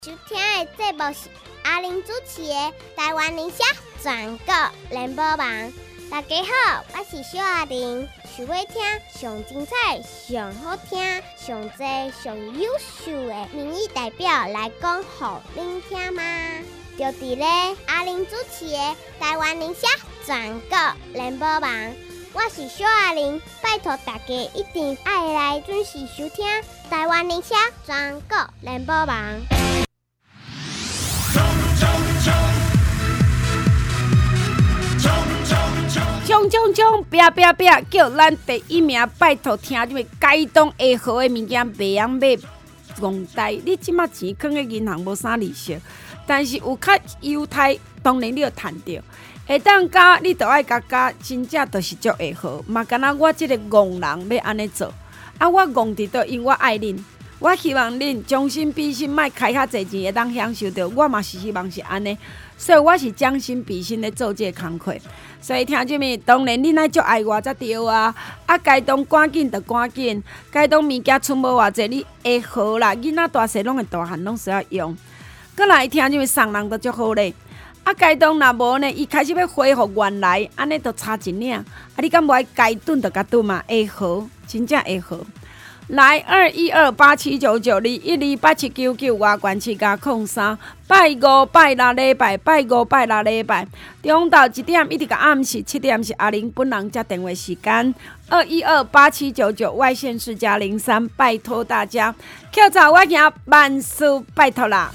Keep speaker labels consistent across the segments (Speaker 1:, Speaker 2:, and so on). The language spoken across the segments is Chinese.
Speaker 1: 收听的节目是阿玲主持的《台湾人社全国联播网》。大家好，我是小阿玲。想要听上精彩、上好听、上多、上优秀的民意代表来讲，给您听吗？就伫咧阿玲主持的《台湾人社全国联播网》。我是小阿玲，拜托大家一定要来准时收听《台湾人社全国联播网》。
Speaker 2: 冲！拼！叫咱第一名，拜托听众们，解冻下好的物件袂晓买戆呆。你即马钱囥咧银行无啥利息，但是有较优待，当然你要趁着。下当加你着爱加，真正就是足会好。嘛，敢若我即个戆人要安尼做，啊，我戆伫倒，因为我爱恁。我希望恁将心比心，莫开较侪钱会当享受到。我嘛是希望是安尼，所以我是将心比心咧做这个工课。所以听众们，当然恁爱足爱我才对啊！啊，该当赶紧就赶紧，该当物件剩无偌济，你会好啦。囡仔大细拢会大汉，拢需要用。过来听众们送人都足好咧。啊，该当若无呢，伊开始要恢复原来，安尼就差一领。啊，你敢无爱该炖就甲炖嘛？会好，真正会好。来2128799212879外关7加03，拜5拜6礼拜，拜5拜6礼拜，中昼1点一直到暗时7点是阿玲本人接电话时间。2128799外线是加03，拜托大家，口罩我行万事拜托啦。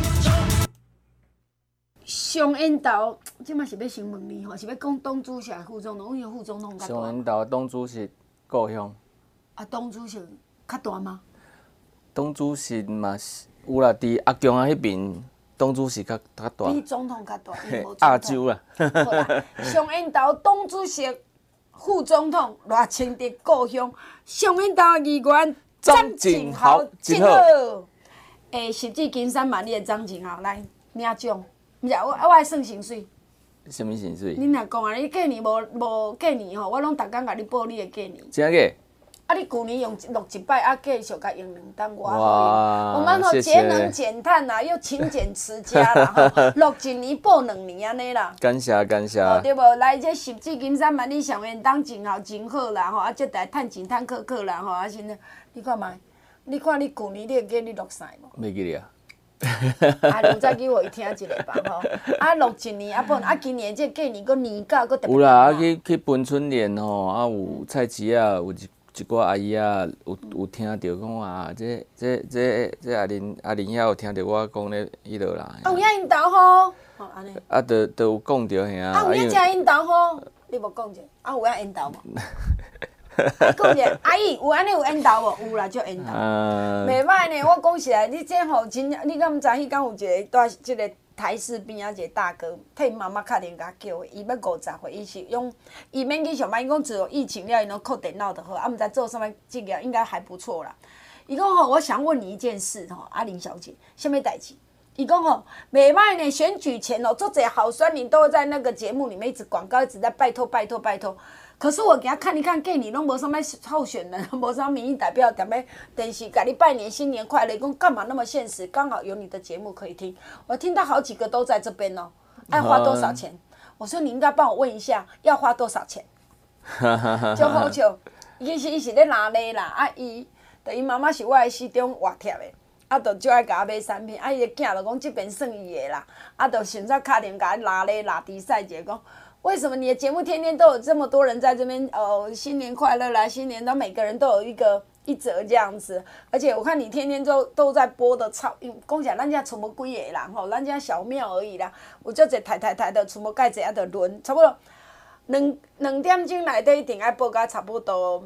Speaker 2: 上引导，即马是要先问你吼，是要讲党主席副总统，因为副总统较大。
Speaker 3: 上引导党主席故乡。
Speaker 2: 啊，党主席较大吗？
Speaker 3: 党主席嘛是有啦，伫阿强啊迄边，党主席较大。
Speaker 2: 比总统较大，
Speaker 3: 亚洲啦。
Speaker 2: 好啦，上引导党主席、副总统热情的故乡，上引导议员张景豪，真好。实至金山万里的张景豪来领奖，毋是我爱算薪水。
Speaker 3: 什么薪水？
Speaker 2: 你若讲啊，你过年无过年吼，我拢逐工甲你报你的过年。
Speaker 3: 真个？
Speaker 2: 啊！你去年用录一摆，啊，继续甲用2档，我
Speaker 3: 哇！
Speaker 2: 我们吼节能减碳啦，又勤俭持家啦，吼，录1年报2年安尼啦。
Speaker 3: 感谢。
Speaker 2: 对无？来这十指金山万里上缘当真好真好啦，吼！啊，这台趁钱趁可啦，吼！啊，现在你看卖，你看你去年你会记你录啥无？
Speaker 3: 袂记哩啊。
Speaker 2: 啊，有再叫我听一下吧，吼！啊，录1年啊，本啊，今年这过年搁年假搁特别。
Speaker 3: 有啦，啊去汾春联吼，啊有菜市啊，有一寡阿姨啊，有听到讲啊，这阿玲遐有听到我讲咧迄落啦。
Speaker 2: 啊，有影因兜吼，吼安尼。
Speaker 3: 啊，都有讲着吓。
Speaker 2: 啊，有影食因兜吼，你无讲者，啊有影因兜无？啊，讲者，阿姨有安尼有因兜无？有啦，足因兜。袂歹呢，我讲实在，你这吼真，你敢毋知迄天有一个在即个台视边啊一个大哥，替妈妈打电话叫的，伊要50岁，伊是用伊免去上班，伊讲只有疫情了，伊拢靠电脑就好，啊，毋知做啥物职业，应该还不错啦。伊讲吼，我想问你一件事吼，阿玲小姐，啥物代志？伊讲吼，袂歹呢，选举前哦，做侪好酸民都会在那个节目里面一直广告，一直在拜托。可是我给他看一看，过年拢无啥物候选人，无啥民意代表，踮咧电视甲你拜年新年快乐，讲干嘛那么现实？刚好有你的节目可以听，我听到好几个都在这边哦，要花多少钱？我说你应该帮我问一下，要花多少钱？就好笑，其实伊是咧拉咧啦，啊伊妈妈是我的市长活贴的，啊就就爱甲我买产品，啊伊的囝就讲这边算伊的啦，啊就现在打电甲拉咧拉比赛者讲。为什么你的节目天天都有这么多人在这边？新年快乐啦！新年，都每个人都有一则这样子，而且我看你天天都在播的超，讲起来咱家厝无几个人吼，咱家小庙而已啦，有足侪台的厝无介济啊，就轮差不多两点钟内底一定爱播到差不多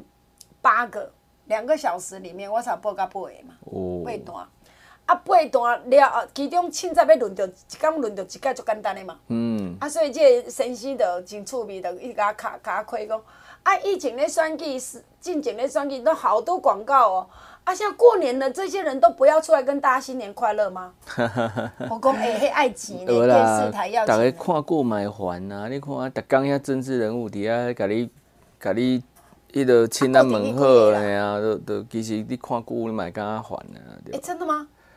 Speaker 2: 8个，2个小时里面我才播到8个嘛，8段。啊，8段了，其中凊彩要轮到一工轮到一届，足简单的嘛。啊，所以这个先生就真趣味，就一直甲开讲。啊，疫情咧选举，进前咧选举都好多广告哦。啊，像过年了，这些人都不要出来跟大家新年快乐吗？我讲迄爱钱呢，电视台要钱。
Speaker 3: 大家看过买还啊，你看啊，逐工遐政治人物伫遐甲你。迄落亲咱问好的啊，都其实你看久你嘛会感觉烦啊。
Speaker 2: 真的吗？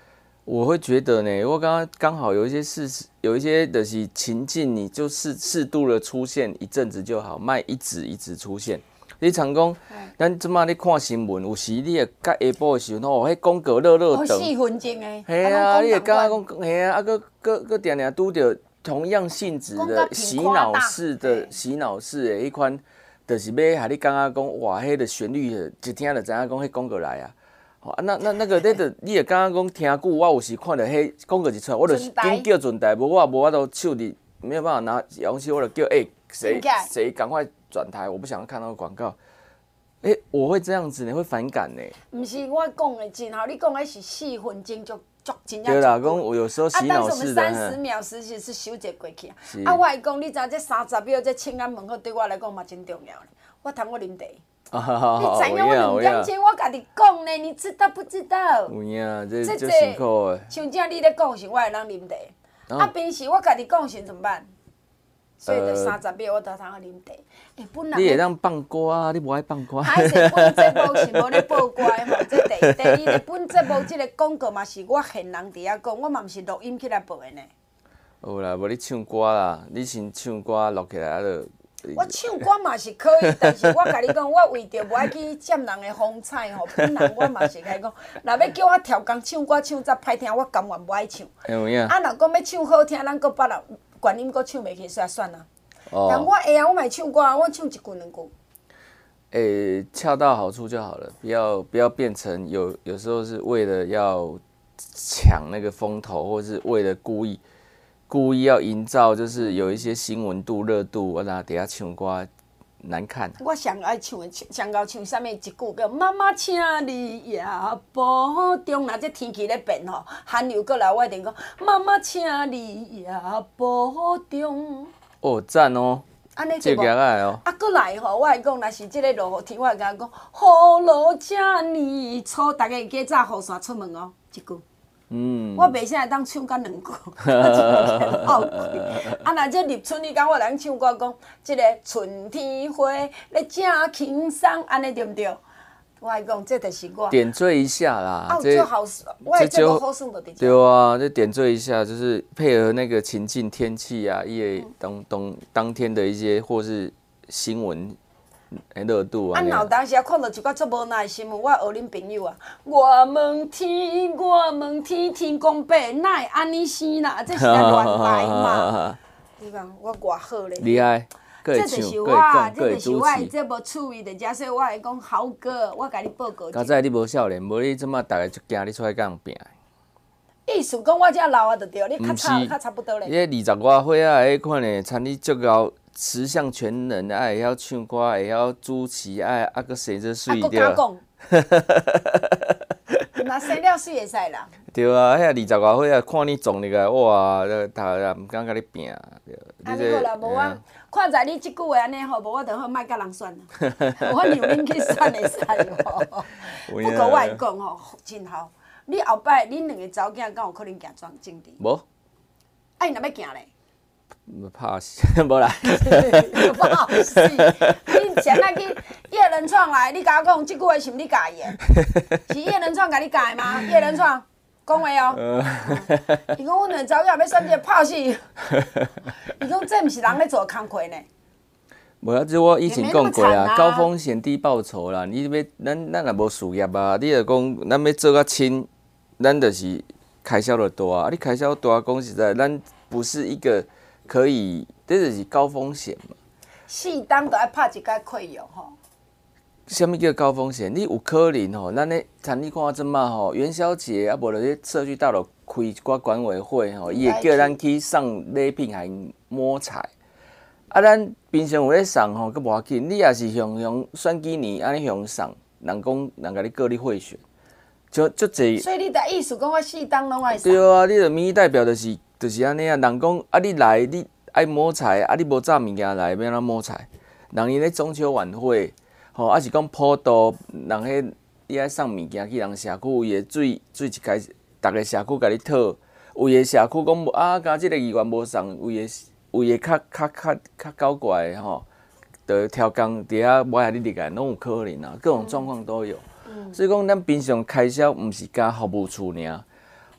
Speaker 3: 我会觉得呢，我刚好有一些的是情境，你就适度的出现一阵子就好，卖一直出现。你常讲，咱即马咧看新闻，有时你会到下晡的时候，迄广告热长
Speaker 2: ，4分钟诶。
Speaker 3: 系啊，你会感觉讲，系啊，佫定拄着同样性质的洗脑式的迄款，就是要害你感觉讲，哇，迄个旋律一听就知影讲，迄广告来啊。那个，你会感觉讲听久，我有时看到迄广告一出来，我就紧叫转台，无我都手里没有办法拿遥控器，我就叫谁赶快转台，我不想要看到广告。我会这样子呢，会反感呢。
Speaker 2: 不是我讲的真好，你讲的是4分钟就真正。
Speaker 3: 对啦，讲我有时候洗脑式的。
Speaker 2: 但是我们30秒时是修一过去啊。我会讲，你知这30秒这请安问候对我来讲嘛真重要。我谈我啉茶。你知影我2点钟我家己讲呢，你知道不知道？
Speaker 3: 有影，这辛苦的。
Speaker 2: 像正你咧讲时，我会当啉茶。平时我家己讲时怎么办？所以就30秒我都通去啉茶。本来
Speaker 3: 你会当放歌啊？你无爱放歌？
Speaker 2: 还是本节目是无咧报歌的吼，这第一。第二咧，本节目这个广告嘛是我现人伫遐讲，我嘛毋是录音起来报的呢。
Speaker 3: 有啦，无你唱歌啦，你先唱歌录起来啊就。
Speaker 2: 我唱歌嘛是可以，但是我甲你讲，我为着无爱去占人的风采吼，本人我嘛是甲你讲，若要叫我调工唱歌唱遮歹听，我甘愿无爱唱。有影。若讲要唱好听，咱搁别人原音搁唱袂起，算啊。但我会啊，我嘛唱歌啊，我唱1句2句。
Speaker 3: 恰到好处就好了，不要变成有时候是为了要抢那个风头，或是为了故意要营造，就是有一些新闻度、热度，我等下唱歌难看。
Speaker 2: 我上爱唱的，上高唱啥物一句叫“妈妈，请你也保重”。若这天气咧变吼，寒流过来，我一定讲“妈妈，请你也保重”。
Speaker 3: 哦，赞哦！
Speaker 2: 安尼对无？
Speaker 3: 哦。
Speaker 2: 过来吼，我会讲，若是即个落雨天，我会甲讲“雨落这呢粗”，大家会记早雨伞出门哦，一句。我袂使会当唱甲2句，我真个后悔。若这立春，你讲我来唱歌讲，即个春天花咧正轻松，安尼对毋对？我会讲，这就是我
Speaker 3: 点缀一下啦。
Speaker 2: 这好，我的节目好耍就伫这。
Speaker 3: 对啊，这点缀一下，就是配合那个情境、天气啊，当天的一些或是新闻。热度啊！
Speaker 2: 有当时啊看到一寡足无奈的新闻，我学恁朋友啊，我问天，天公伯，哪会安尼生啦？这是在乱来嘛？你讲我偌好咧！
Speaker 3: 厉害，
Speaker 2: 这就是我，这就是我的节目趣味的，假说我会讲豪哥，我甲你报告。
Speaker 3: 较早你无少年，无你即马逐个就惊你出来甲人拼。
Speaker 2: 意思讲我遮老啊，就对，你较差不多咧。
Speaker 3: 你20外岁啊，迄款诶，参你足够。十项全能，会晓唱歌，会晓主持，佫生得水对。
Speaker 2: 佫讲，若生了水会使啦。
Speaker 3: 对啊，遐20外岁啊，看你撞入来，哇，头也毋敢甲你拼。
Speaker 2: 安尼好啦，无我看在你即句话安尼吼，无我就好莫甲人选啦。我让恁去选会使吼。不过我会讲吼，真好。你后摆恁2个查某囝敢有可能行政治？
Speaker 3: 无。
Speaker 2: 伊若要行咧？
Speaker 3: 怕死，无啦。
Speaker 2: 怕死！你前仔去叶人创来，你甲我讲，即句话是毋你教伊的？是叶人创甲你教的吗？叶人创讲话哦。伊讲阮2个查某囝要选这怕死。伊讲这毋是人咧做工课呢。
Speaker 3: 无啊，这我以前讲过啊，高风险低报酬啦。你要咱若无事业啊，你著讲咱要做较轻，咱就是开销就大啊。你开销大，讲实在，咱不是一个。可以，这就是高风险嘛。
Speaker 2: 适当就爱拍一摆亏用吼。
Speaker 3: 什么叫高风险？你有可能吼，咱咧像你看即马吼，元宵节啊，无就咧社区大楼开一寡管委会吼，伊会叫咱去送礼品还摸彩。啊，咱平常有咧送吼，佫无要紧。你也是向选举年安尼向送，人甲你告你贿选，就济。
Speaker 2: 所以你的意思讲，我适当拢爱送。
Speaker 3: 对啊，你的民意代表就是安尼啊，人讲啊，你来你爱摸彩，啊你无炸物件来，要安怎摸彩？人伊咧中秋晚会，吼，啊是讲普渡，人迄你爱送物件去人社区，有诶水一开，逐个社区甲你讨，有诶社区讲啊，甲即个议员无送，有诶较搞怪诶吼，就挑工伫遐买下你入来，拢有可能啊，各种状况都有。所以讲，咱平常开销毋是甲服务处尔。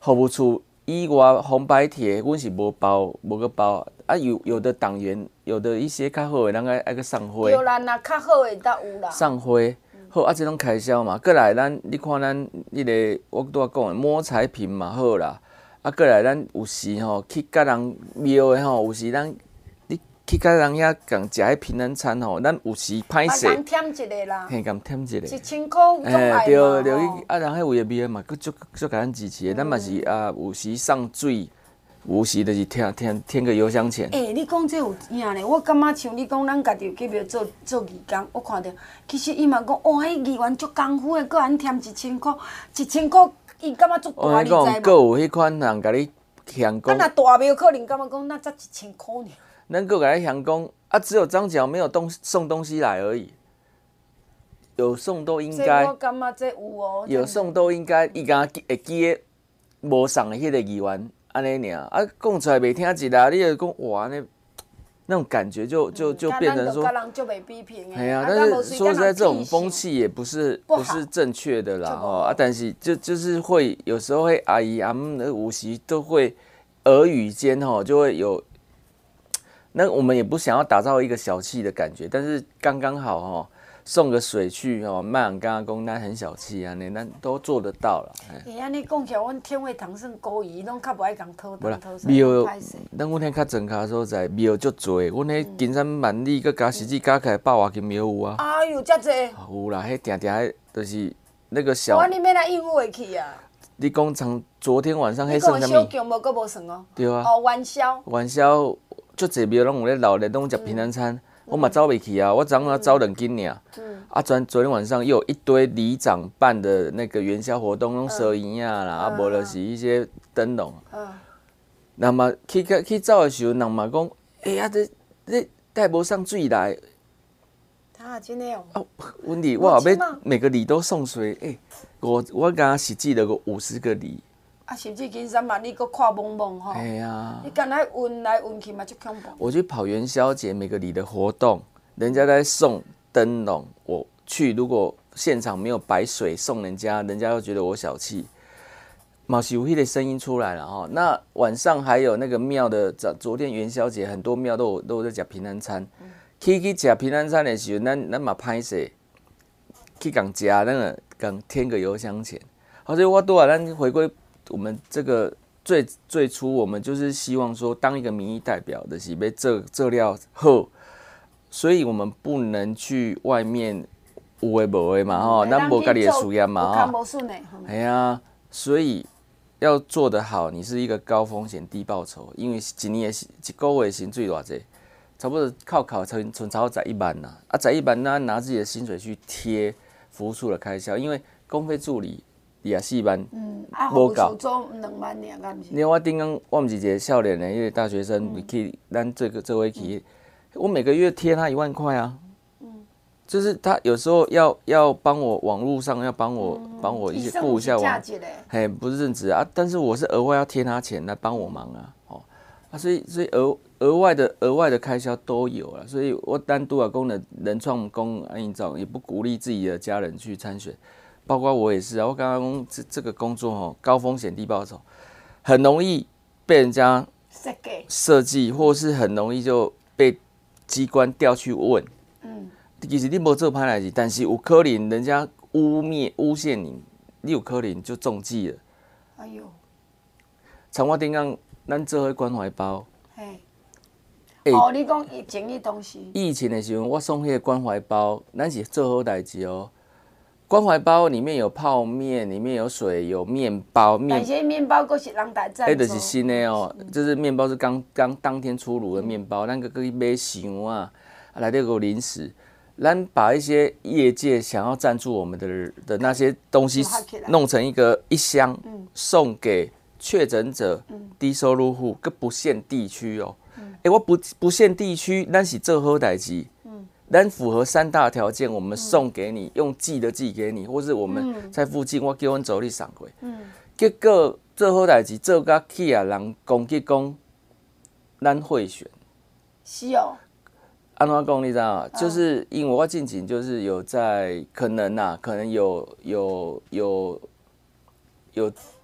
Speaker 3: 服务处以外红白帖，阮是无包，无个包。啊，有的党员，有的一些较好的，咱爱个送花。
Speaker 2: 对啦，若较好的倒有啦。
Speaker 3: 送花，好啊，这种开销嘛。过来，你看咱迄个，我拄仔讲的摸彩品嘛好啦。啊，过来咱有时吼去甲人庙的吼，有时你去甲人遐共食迄平安餐吼，咱有时歹势。
Speaker 2: 共添一个啦。
Speaker 3: 嘿，共添一个。
Speaker 2: 1000块总爱嘛。
Speaker 3: 对，啊，人迄位的庙嘛，佫足甲咱支持的。咱嘛是啊，有时送水。有时就是添个油箱钱。
Speaker 2: 你讲这有影咧？我感觉像你讲，咱家己去庙做义工，我看到，其实伊嘛讲，哇，迄议员足功夫的，搁安添1000块，1000块，伊感觉足大，你知无？
Speaker 3: 我讲，搁有迄款人甲你嫌讲。
Speaker 2: 若大庙可能感觉讲，那才1000块呢。
Speaker 3: 咱搁甲你嫌讲，啊，只有张角没有送东西来而已。有送都应该。
Speaker 2: 我感觉这有哦。
Speaker 3: 有送都应该，伊敢会记得无送的迄个议员。安尼尔，啊，讲出来袂听一啦，你就讲哇，那种感觉就变成说，哎呀，但是说实在，这种风气也不是正确的啦，哦啊，但是就是会有时候会阿姨阿姆的有时都会耳语间吼就会有，那我们也不想要打造一个小气的感觉，但是刚刚好吼。送个水去哦，卖人刚刚讲咱很小气啊，咱都做得到了。
Speaker 2: 安尼讲起来，阮天惠堂算故意，拢较无爱讲讨糖讨
Speaker 3: 庙，咱阮遐较庄脚所在，庙足多，阮迄金山万里佮加实际加起来100外间庙有啊。
Speaker 2: 哎呦，遮济！
Speaker 3: 有啦，迄定定迄就是那个小。
Speaker 2: 你要来应付会去啊？
Speaker 3: 你讲昨天晚上迄算啥物？
Speaker 2: 小强无阁无算哦。
Speaker 3: 对啊。
Speaker 2: 哦，元宵。
Speaker 3: 元宵足济庙拢有咧闹咧，拢食平安餐。我嘛走袂去啊，我昨昏走2间尔。啊，昨天晚上又有一堆里长办的那个元宵活动，用蛇银啊啦，啊，无就是一些灯笼。那么去走的时候，人嘛讲，啊，这带无送水来。
Speaker 2: 啊，真的哦。
Speaker 3: 哦，问题我后尾每个礼都送水，我刚实际了个50个礼。
Speaker 2: 啊，甚至金山万里搁看蒙蒙吼。
Speaker 3: 哎呀。
Speaker 2: 你敢来运来运去嘛，足恐怖。
Speaker 3: 我去跑元宵节每个里的活动，人家在送灯笼，我去如果现场没有摆水送人家，人家又觉得我小气。毛是有迄个声音出来了哈。那晚上还有那个庙的，昨天元宵节很多庙都有在吃平安餐。去吃平安餐的时候，咱嘛歹势，去共吃那个共添个油箱钱。好，所以我多咱回归。我们这个最初，我们就是希望说，当一个民意代表的是被这料好，所以我们不能去外面有诶无诶嘛吼，咱无家己的事业嘛吼，哎呀，所以要做得好，你是一个高风险低报酬，因为一个月薪水偌济，差不多靠存超11万呐，啊11万那拿自己的薪水去贴服务处的开销，因为公费助理。24万，
Speaker 2: 无够。做2万尔，敢毋是？
Speaker 3: 因为我顶刚我毋是一个少年的，一个大学生，去咱这位去，我每个月贴他1万块啊。就是他有时候要帮我网络上要帮我一些顾一下网，嘿，不是正职啊，但是我是额外要贴他钱来帮我忙啊，所以额外的开销都有了，所以我单独啊讲的人创公营造也不鼓励自己的家人去参选。包括我也是啊，我刚刚讲这个工作吼，高风险低报酬，很容易被人家设计，或是很容易就被机关调去问。其实你无做歹代志，但是有可能人家诬陷你，你有可能就中计了。哎呦！像我顶讲，咱做迄关怀包。
Speaker 2: 哦，你讲疫情迄东西。
Speaker 3: 疫情的时候，我送迄个关怀包，咱是做好代志哦。关怀包里面有泡面，里面有水，有面包。
Speaker 2: 但是面包佫是人家赞助。
Speaker 3: 就是新的哦，就是面包是刚当天出炉的面包，咱佫去买箱啊，内底有零食。咱把一些业界想要赞助我们的那些东西弄成一箱，送给确诊者、低收入户，佫不限地区哦。我不限地区，咱是做好代志。咱符合3大条件，我们送给你，用寄的寄给你，或是我们在附近，我叫阮助理送过。结果做好代志，做甲去啊，人攻击讲咱贿选。是哦。安怎讲你知道吗？就是因为我近期就是有在可能有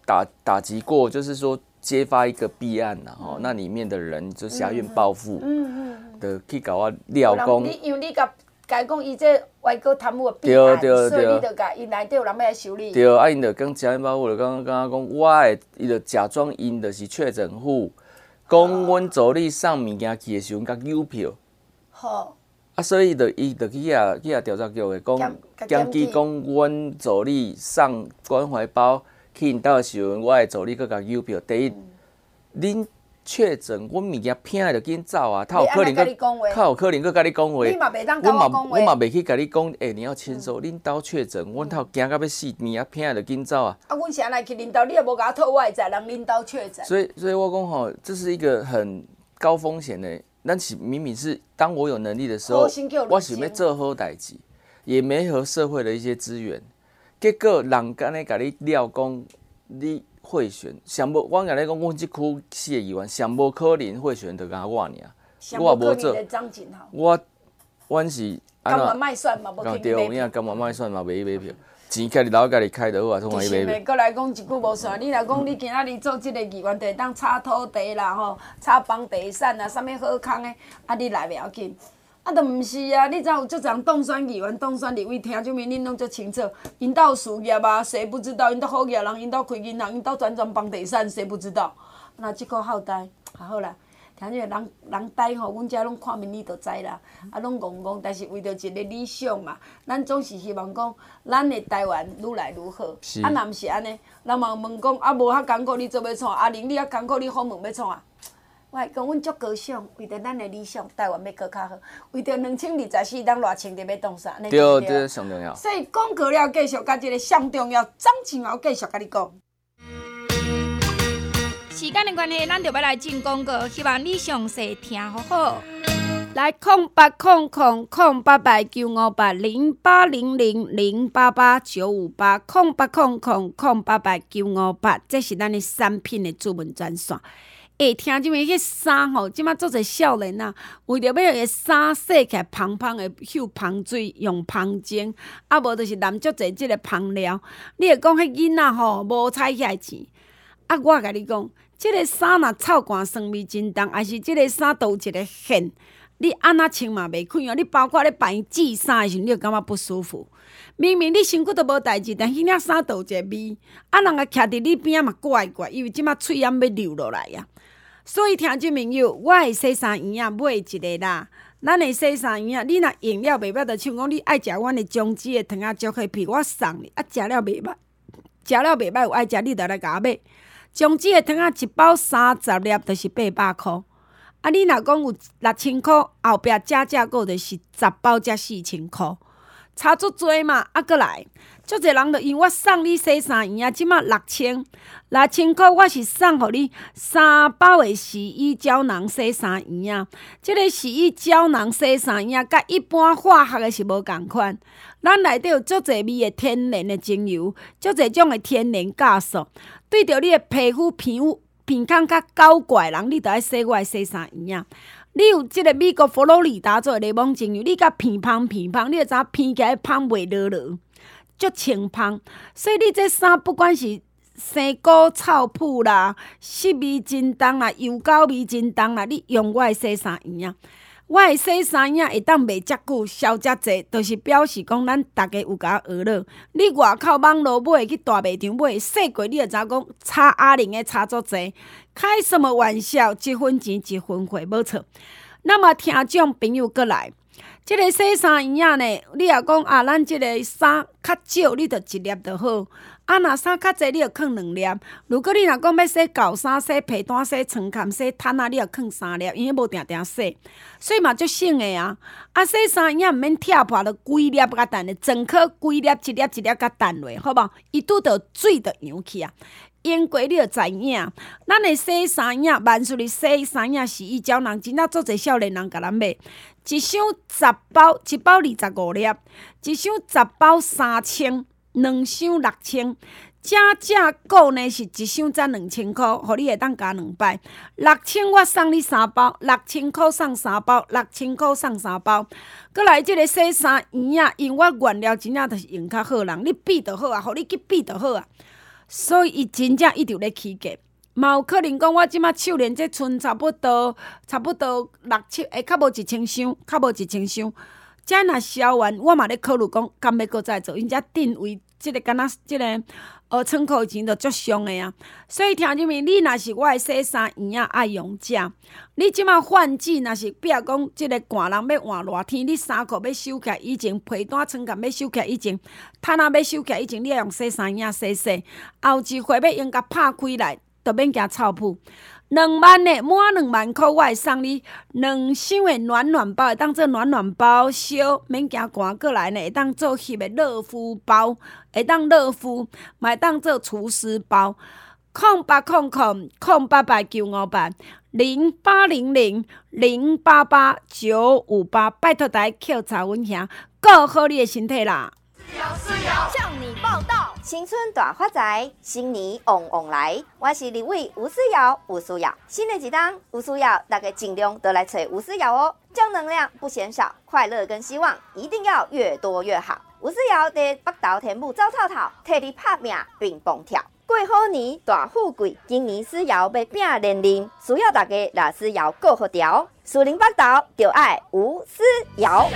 Speaker 3: 打击过，就是说揭发一个弊案啦，那里面的人就挟怨报复，的去搞我料讲，
Speaker 2: 因为你甲讲伊这外国贪污的弊案，所以你就甲因内底有人要来修理。
Speaker 3: 对，啊，因就讲挟怨报复，就讲我的，伊就假装因就是确诊户，讲阮助理送物件去的时候甲邮票。
Speaker 2: 好。
Speaker 3: 啊，所以伊就去调查局的讲，检举讲阮助理送关怀包去因兜的时候，我的助理佫甲邮票。第一，恁确诊，阮物件拼的就紧走啊，他有可能佫甲你讲话。
Speaker 2: 你嘛袂当甲我讲话。
Speaker 3: 我嘛袂去甲你讲，你要签收，恁兜确诊，阮头惊到要死，物件拼的就紧走啊。
Speaker 2: 啊，阮是安来去恁兜，你也无甲我讨我的责任，恁兜确诊。
Speaker 3: 所以我讲吼，这是一个很高风险的。但是明明是当我有能力的时候，我想要做好代志，也媒合社会的一些资源，结果人干咧甲你料讲你贿选，上无我甲你讲，阮即区4个议员上无可能贿选就甲我尔，
Speaker 2: 我也无做。阮是
Speaker 3: 甘
Speaker 2: 愿卖选嘛，无去
Speaker 3: 对，因为甘愿卖选嘛，袂去买票，钱家己留家己开就好啊，总爱去买票。
Speaker 2: 过来讲一句无算，你若讲你今仔日做即个议员，就会当炒土地啦吼，炒房地产啦，啥物好康的，啊你来袂要紧。啊，都毋是啊！你知有足侪当选议员、当选立委，听证明恁拢足清楚。因兜有事业啊，谁不知道？因兜好业人，因兜开银行，因兜专房地产，谁不知道？那即个好呆，好啦。听证人呆吼，阮遮拢看面你就知啦。啊，拢戆，但是为着一个理想嘛，咱总是希望讲，咱的台湾愈来愈好。啊，若毋是安尼，人嘛问讲，啊无遐艰苦，你做要创？阿玲，你遐艰苦，你访问要创啊？我讲，阮足高尚，为着咱的理想，台湾要搁较好。为着2024，咱偌清就要当啥？
Speaker 3: 对，这上重要。
Speaker 2: 所以讲过了，继续甲即个上重要，张庆豪继续甲你讲。
Speaker 4: 时间的关系，咱就要来进广告，希望你详细听好好。
Speaker 2: 来08000889580888958958，这是咱的产品的主文专线。听即面迄衫吼，即马做者少年啊，为着要个衫洗起来芳芳的，秀芳水，用芳精，啊无就是染足侪即个芳料。你会讲迄囡仔吼无采遐钱，啊我甲你讲，即个衫若臭汗酸味真重，还是即个衫都有一个痕，你安怎穿嘛袂开哦。你包括咧帮伊制衫的时候，你就感觉不舒服。明明你身躯都无代志，但迄领衫都有一个味，啊人个徛伫你边仔嘛怪怪，因为即马喙烟要流落来啊。所以听众朋友，我的洗衫圆啊买一个啦。咱的洗衫圆啊，你若用了袂歹，就像讲你爱食阮的姜子的糖仔粥迄片，我送你。啊，食了袂歹，有爱食你就来甲我买。姜子的糖仔一包30粒，就是800块。啊，你若讲有6000块，后壁加购就是10包才4000块，差足多嘛。啊，搁来。足侪人就因为我送你洗衫圆啊，即马6000块，我是送互你3包的洗衣胶囊洗衫圆啊。即个洗衣胶囊洗衫圆啊，甲一般化学的是无共款。咱内底有足侪味的天然的精油，足侪种的天然酵素，对着你的皮肤健康较搞怪人，你着爱洗我的洗衫圆啊。你有即个美国佛罗里达做的柠檬精油，你甲偏芳，你就知影偏起来芳袂落。足清芳，所以你这衫不管是生果臭扑啦、湿味真重啦、油膏味真重啦，你用我的洗衫圆啊，我的洗衫圆会当卖遮久、销遮济，就是表示讲咱大家有甲我学了。你外口网络买去大卖场买，洗过你就知讲差阿玲的差足济，开什么玩笑？一分钱一分货，无错。那么听众朋友过来。即个洗衫圆啊呢，你若讲啊，咱即个衫较少，你着1粒就好。啊，若衫较济，你着放2粒。如果你若讲要洗旧衫、洗被单、洗床垫、洗毯啊，你着放3粒，因为无定定洗，所以嘛足省的啊。啊，洗衫圆毋免拆破，着规粒甲等的，整颗规粒一粒甲等落，好无？伊拄着水着扬去啊。用过你就知影，咱的洗衫圆，万岁的洗衫圆洗衣胶囊，真正足侪少年人甲咱买，一箱10包，一包25粒，一箱10包3000，2箱6000。加购呢是一箱才2000块，互你会当加2摆。6000我送你3包，6000块送3包，6000块送3包。搁来即个洗衫圆啊，因我原料真正就是用较好人，你比就好啊，互你去比就好啊。 所以伊真正一直咧起价。嘛有可能讲，我即马手链这剩差不多6、7，较无1000箱，遮若销完，我嘛咧考虑讲，敢要搁再做，因遮定位即个敢若即个仓库钱就足俗的啊。所以听入面，你若是我的洗衫圆啊爱用者，你即马换季若是比如讲即个寒人要换热天，你衫裤要收起来以前，被单床甲要收起来以前，毯仔要收起来以前，你要用洗衫圆洗，后一回要用甲拍开来。就免惊臭噗，2万的满2万块，我会送你2箱的暖包，会当做暖包烧，免惊寒过来呢，会当做翕的热敷包，会当热敷，嘛会当做除湿包。0800-0898-0800-088958，拜托大家扣查阮兄，顾好你的身体啦。
Speaker 5: 向你报道，新春大发财，新年旺旺来。我是立委吴思瑶，新的一档吴思瑶，大家尽量都来找吴思瑶哦。正能量不嫌少，快乐跟希望一定要越多越好。吴思瑶在北投天母走透透，替你拍命并蹦跳。过好年大富贵，今年思瑶要拼连连，需要大家来思瑶过好调。树林北投就爱吴思瑶。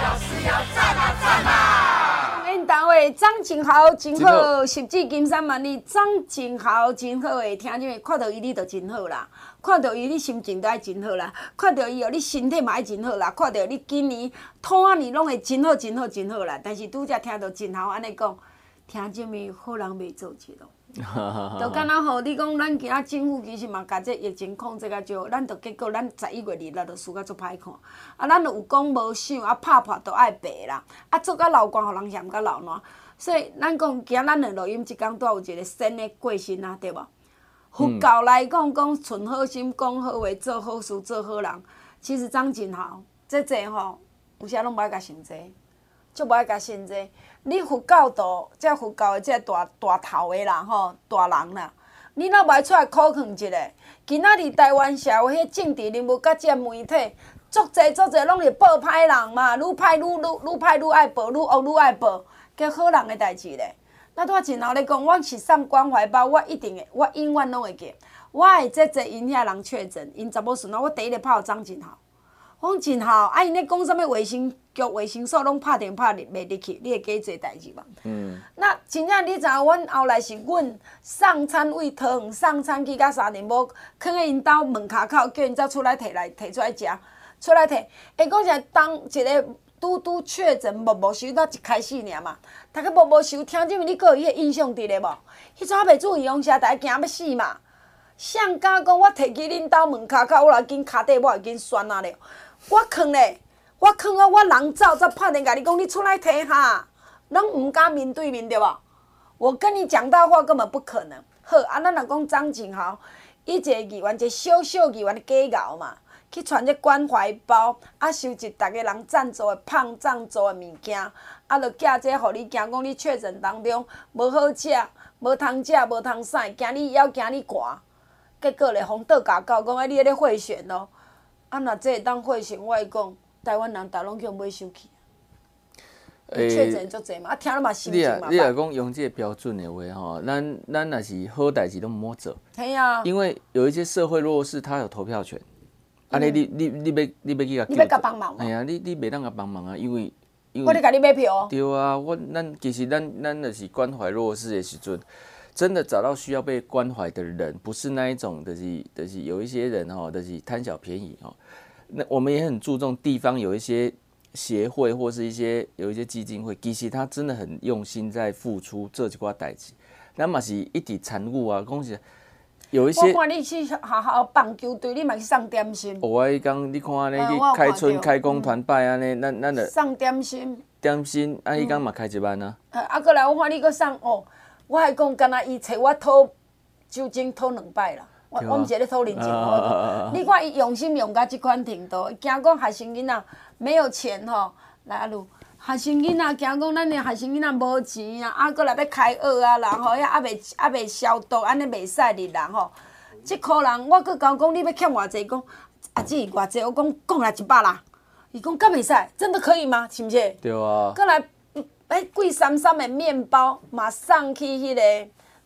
Speaker 2: 因单位张真豪真好，十指金山万里，张真豪真好诶，听众们看到伊你就真好啦，看到伊你心情都爱真好啦，看到伊哦你身体嘛爱真好啦，看到你今年兔年拢会真好啦。但是拄则听到真豪安尼讲，听众们好人袂做事咯。就敢若吼，你讲咱今仔政府其实嘛，甲这疫情控制较少，咱就结果咱11月2日就输甲足歹看。啊，咱就有讲无想，啊拍破都爱白啦，啊做甲流光，互人嫌甲流烂。所以咱讲，今咱的录音即工，拄有一个新的过身啊，对无？佛教来讲，存好心、讲好话、做好事、做好人。其实张真豪，这吼，有时拢无爱甲心济，足无爱甲心济。你佛教徒，这佛教的这大头的啦吼，大人啦，你若袂出来苦劝一下，今仔日台湾社会迄政治人物甲这媒体，足侪拢是报歹人嘛，愈歹愈爱报，愈恶愈爱报，叫好人的代志咧。那我真后咧讲，我是送关怀包，我一定会，我永远拢会记。我会因遐人确诊，因查某孙仔，我第一个拍互张真豪。我讲真好，啊！因咧讲啥物卫生局、卫生所拢拍电拍袂入去，你会记做代志嘛？那真正你知影，阮后来是阮送餐位桃园送餐去甲3点某，囥喺因兜门骹口，叫因才出来摕出来食，出来摕。会讲是当一个拄确诊无收到一开始尔嘛，大家无收，听这物你阁有迄个印象伫咧无？迄阵还袂注意用啥，大家惊要死嘛。谁敢讲我摕去恁兜门骹口，我来紧骹底我会紧酸啊咧？我囥咧，我囥啊！我人走才拍电甲你讲，你出来摕哈，拢毋敢面对面对无？我跟你讲大话根本不可能。好，啊，咱若讲张真豪，伊一个议员，一个小议员的假敖嘛，去传这关怀包，啊，收集逐个人赞助的胖赞助的物件，啊，就寄这互你，惊讲你确诊当中无好食，无通食，无通啥，惊你枵，惊你寒。结果咧，风倒甲到讲，你咧贿选咯。啊，若这会当贿选，我会讲，台湾人大拢叫买收去。确诊足济嘛，啊，听了嘛心情嘛。
Speaker 3: 你若讲用这个标准的话吼，咱若是好代志都毋好做。
Speaker 2: 系啊。因
Speaker 3: 为有一些社会弱势，他有投票权。安尼你要去甲？
Speaker 2: 你要甲帮忙嘛？
Speaker 3: 系啊，你袂当甲帮忙啊，因为
Speaker 2: 我咧甲你买票。
Speaker 3: 对啊，其实咱就是关怀弱势的时阵。真的找到需要被关怀的人，不是那一种，就是有一些人吼，就是贪小便宜吼。那我们也很注重地方有一些协会或是有一些基金会，其实他真的很用心在付出这几挂代志。咱嘛是一直参与啊，讲是有一些。
Speaker 2: 我看你去学校棒球队，你嘛去送点心。
Speaker 3: 我讲你看安尼去开春开工团拜安尼，咱就
Speaker 2: 送点心。
Speaker 3: 点心，啊，伊讲嘛开一万啊。
Speaker 2: 啊，过来我看你搁送哦。我还讲，敢若伊找我讨酒精讨2摆啦，我毋是咧讨人情货。你看伊用心用到即款程度，惊讲学生囡仔没有钱吼，来阿鲁，学生囡仔惊讲咱的学生囡仔无钱啊，啊，过来要开学啊，然后还未消毒，安尼袂使入人吼。即箍人我搁讲你要欠偌济，讲阿姊偌济，我讲来100啦。伊讲敢袂使，真的可以吗？是毋是？
Speaker 3: 对啊。
Speaker 2: 过来。贵33的面包嘛送去迄个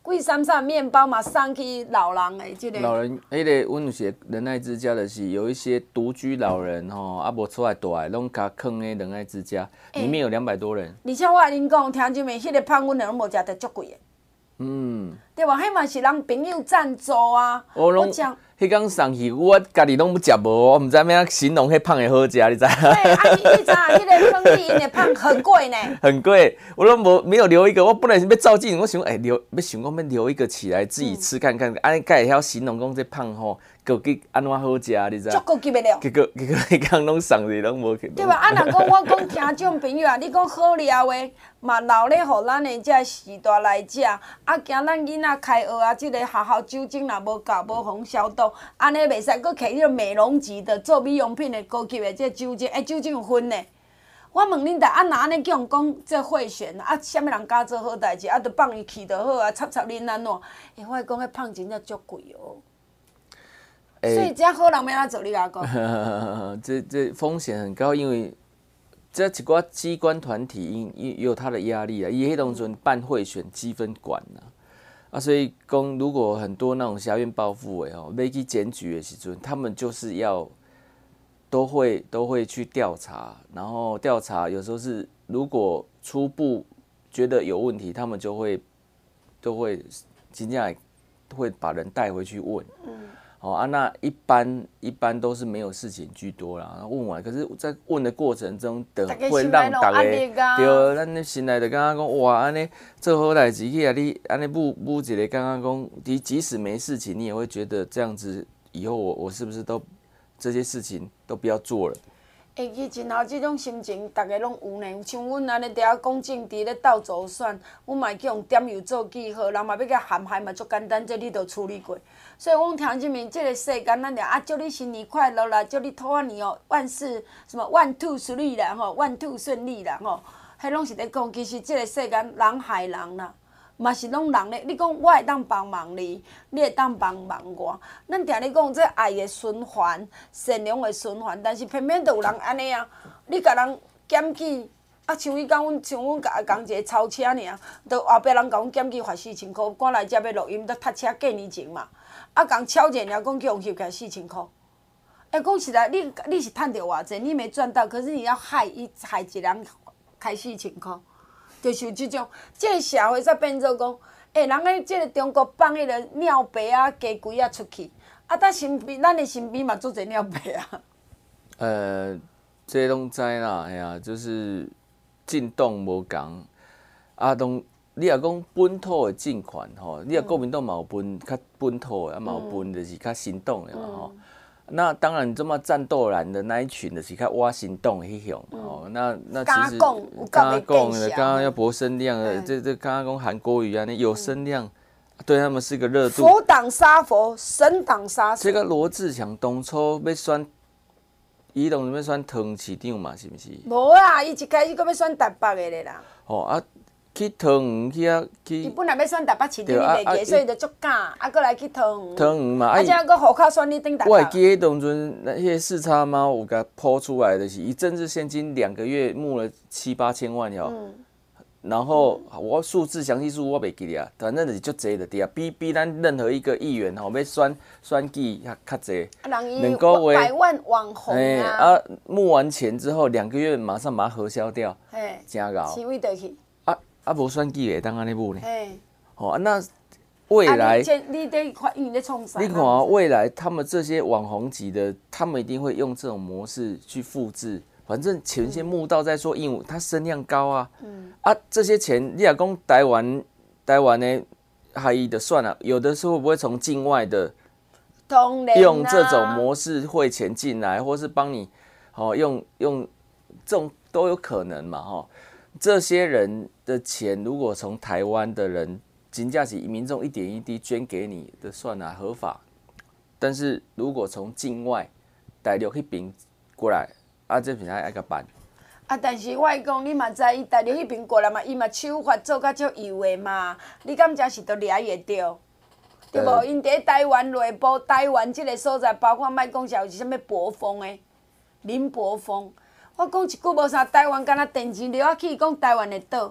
Speaker 2: 贵三面包嘛送去老人的这个。
Speaker 3: 老人，迄个阮有些仁爱之家的是有一些独居老人吼，啊无出来住的，拢甲囥喺仁爱之家，里面有200多人。
Speaker 2: 而且我甲恁讲，听真袂，迄个胖阮拢无食得足贵的。对吧？迄嘛是人朋友赞助啊。我讲，
Speaker 3: 迄天送去，我家己拢不食无，我毋知影要形容迄胖的好食，你知？
Speaker 2: 对，啊，你知迄个凤梨因的胖很贵呢。
Speaker 3: 很贵，我都没有留一个。我本来是要照镜，我想想讲要留一个起来自己吃看看，安尼才会晓形容讲这胖吼，究竟安怎好食，你知？
Speaker 2: 足高级的了。
Speaker 3: 结果迄天拢送去，拢无去。
Speaker 2: 对吧？啊，若讲我讲听众朋友啊，你讲好料的，嘛留咧，互咱的这时代来食。啊，惊咱囡仔开学啊，这个学校酒精若无够，无防消毒，安尼袂使佫摕迄个美容级的做美容品的高级的这酒精，酒精有分呢。我问恁啊，若安尼叫人讲这贿选，啊，啥物人敢做好代志，啊，着放伊去就好啊，插恁安怎？我讲迄胖真正足贵哦。所以这好人要哪做？你甲我
Speaker 3: 讲。这风险很高，因为这一寡机关团体也有他的压力啊。伊迄当阵办贿选积分管啊，所以讲如果很多那种辖院报复的吼，要去检举的时阵，他们就是要都会去调查，然后调查有时候是如果初步觉得有问题，他们都会真正会把人带回去问。那一般都是没有事情居多啦。问完，可是，在问的过程中，会让大家对，咱心内就感觉讲，哇，安尼做好代志去啊！你安尼补一个，感觉讲，即使没事情，你也会觉得这样子，以后我是不是都这些事情都不要做了？
Speaker 2: 会去真后这种心情，大家拢有呢。像阮安尼伫遐讲政治咧斗助选，阮嘛去用点油做记号，人嘛要甲陷害嘛足简单，这你都处理过。所以我听这面，这个世间咱俩祝你新年快乐啦，祝你兔年哦，万事什么万兔顺利啦吼，万兔顺利啦吼，迄拢是咧讲，其实这个世间人害人啦。嘛是拢人咧，你讲我会当帮忙你，你会当帮忙我。咱定咧讲这爱的循环，善良的循环，但是偏偏都有人安尼啊！你甲人检举，啊像伊讲阮甲讲一个超车尔，都后壁人甲阮检举罚4000块，赶来遮要录音，都塞车过年前嘛，啊共敲者尔讲叫人翕起来4000块。讲实在，你是趁着偌济，你没赚到，可是你要害一人开4000块。就是即种，即个社会才变做讲，人咧即个中国放迄个鸟白啊、鸡龟啊出去，啊，咱的身边嘛做侪鸟白啊。
Speaker 3: 这拢知啦，哎呀，就是进动无共，啊，你若讲本土的政权吼，你若国民党嘛有分较本土的，啊嘛有分就是较新党的嘛吼。那当然，这么战斗蓝的那一群的是较挖行动的迄种哦。那其实刚讲的，刚刚要博声量的，这刚刚讲韩国瑜啊，那有声量，对他们是个热度。
Speaker 2: 佛挡杀佛，神挡杀神。
Speaker 3: 这个罗志祥当初要选，伊当初要选唐市长嘛，是不是？
Speaker 2: 无啊，伊一开始佫要选台北的咧啦。
Speaker 3: 哦啊。去桃园去啊去！
Speaker 2: 伊本来要选台北市长，伊袂记，所以就足敢，佫来去桃园。
Speaker 3: 桃园嘛，
Speaker 2: 而且佫户口选你顶台北。
Speaker 3: 我会记迄当阵，迄个四叉猫有甲抛出来的是，伊政治现金2个月募了7、8千万哟。然后我数字详细数我袂记哩啊，反正就是足济的啲啊，比咱任何一个议员吼要选举较济。
Speaker 2: 2个月100万网红啊！
Speaker 3: 募完钱之后2个月马上把它核销掉，真搞。
Speaker 2: 钱位倒去？
Speaker 3: 无选举会当安尼募呢？哦，那未来
Speaker 2: 你在创啥？
Speaker 3: 你看未来他们这些网红级的，他们一定会用这种模式去复制。反正钱先募到再说，因为它声量高啊。这些钱你若讲台湾的还伊就算了，有的时候会不会从境外的用这种模式汇钱进来，或是帮你用这种都有可能嘛哈。这些人的钱如果从台湾的人真正是民众一点一滴捐给你的算啊合法，但是如果从境外大陆那边过来，这平台爱甲办。
Speaker 2: 但是我讲，你嘛知伊大陆迄边过来嘛，伊嘛手法做甲足油的嘛，你敢才是都掠会着，对无？因伫台湾内部，台湾即个所在，包括莫讲是啥物博峰的，林博峰。我讲一句无啥，台湾敢若电钱流啊去，讲台湾的岛，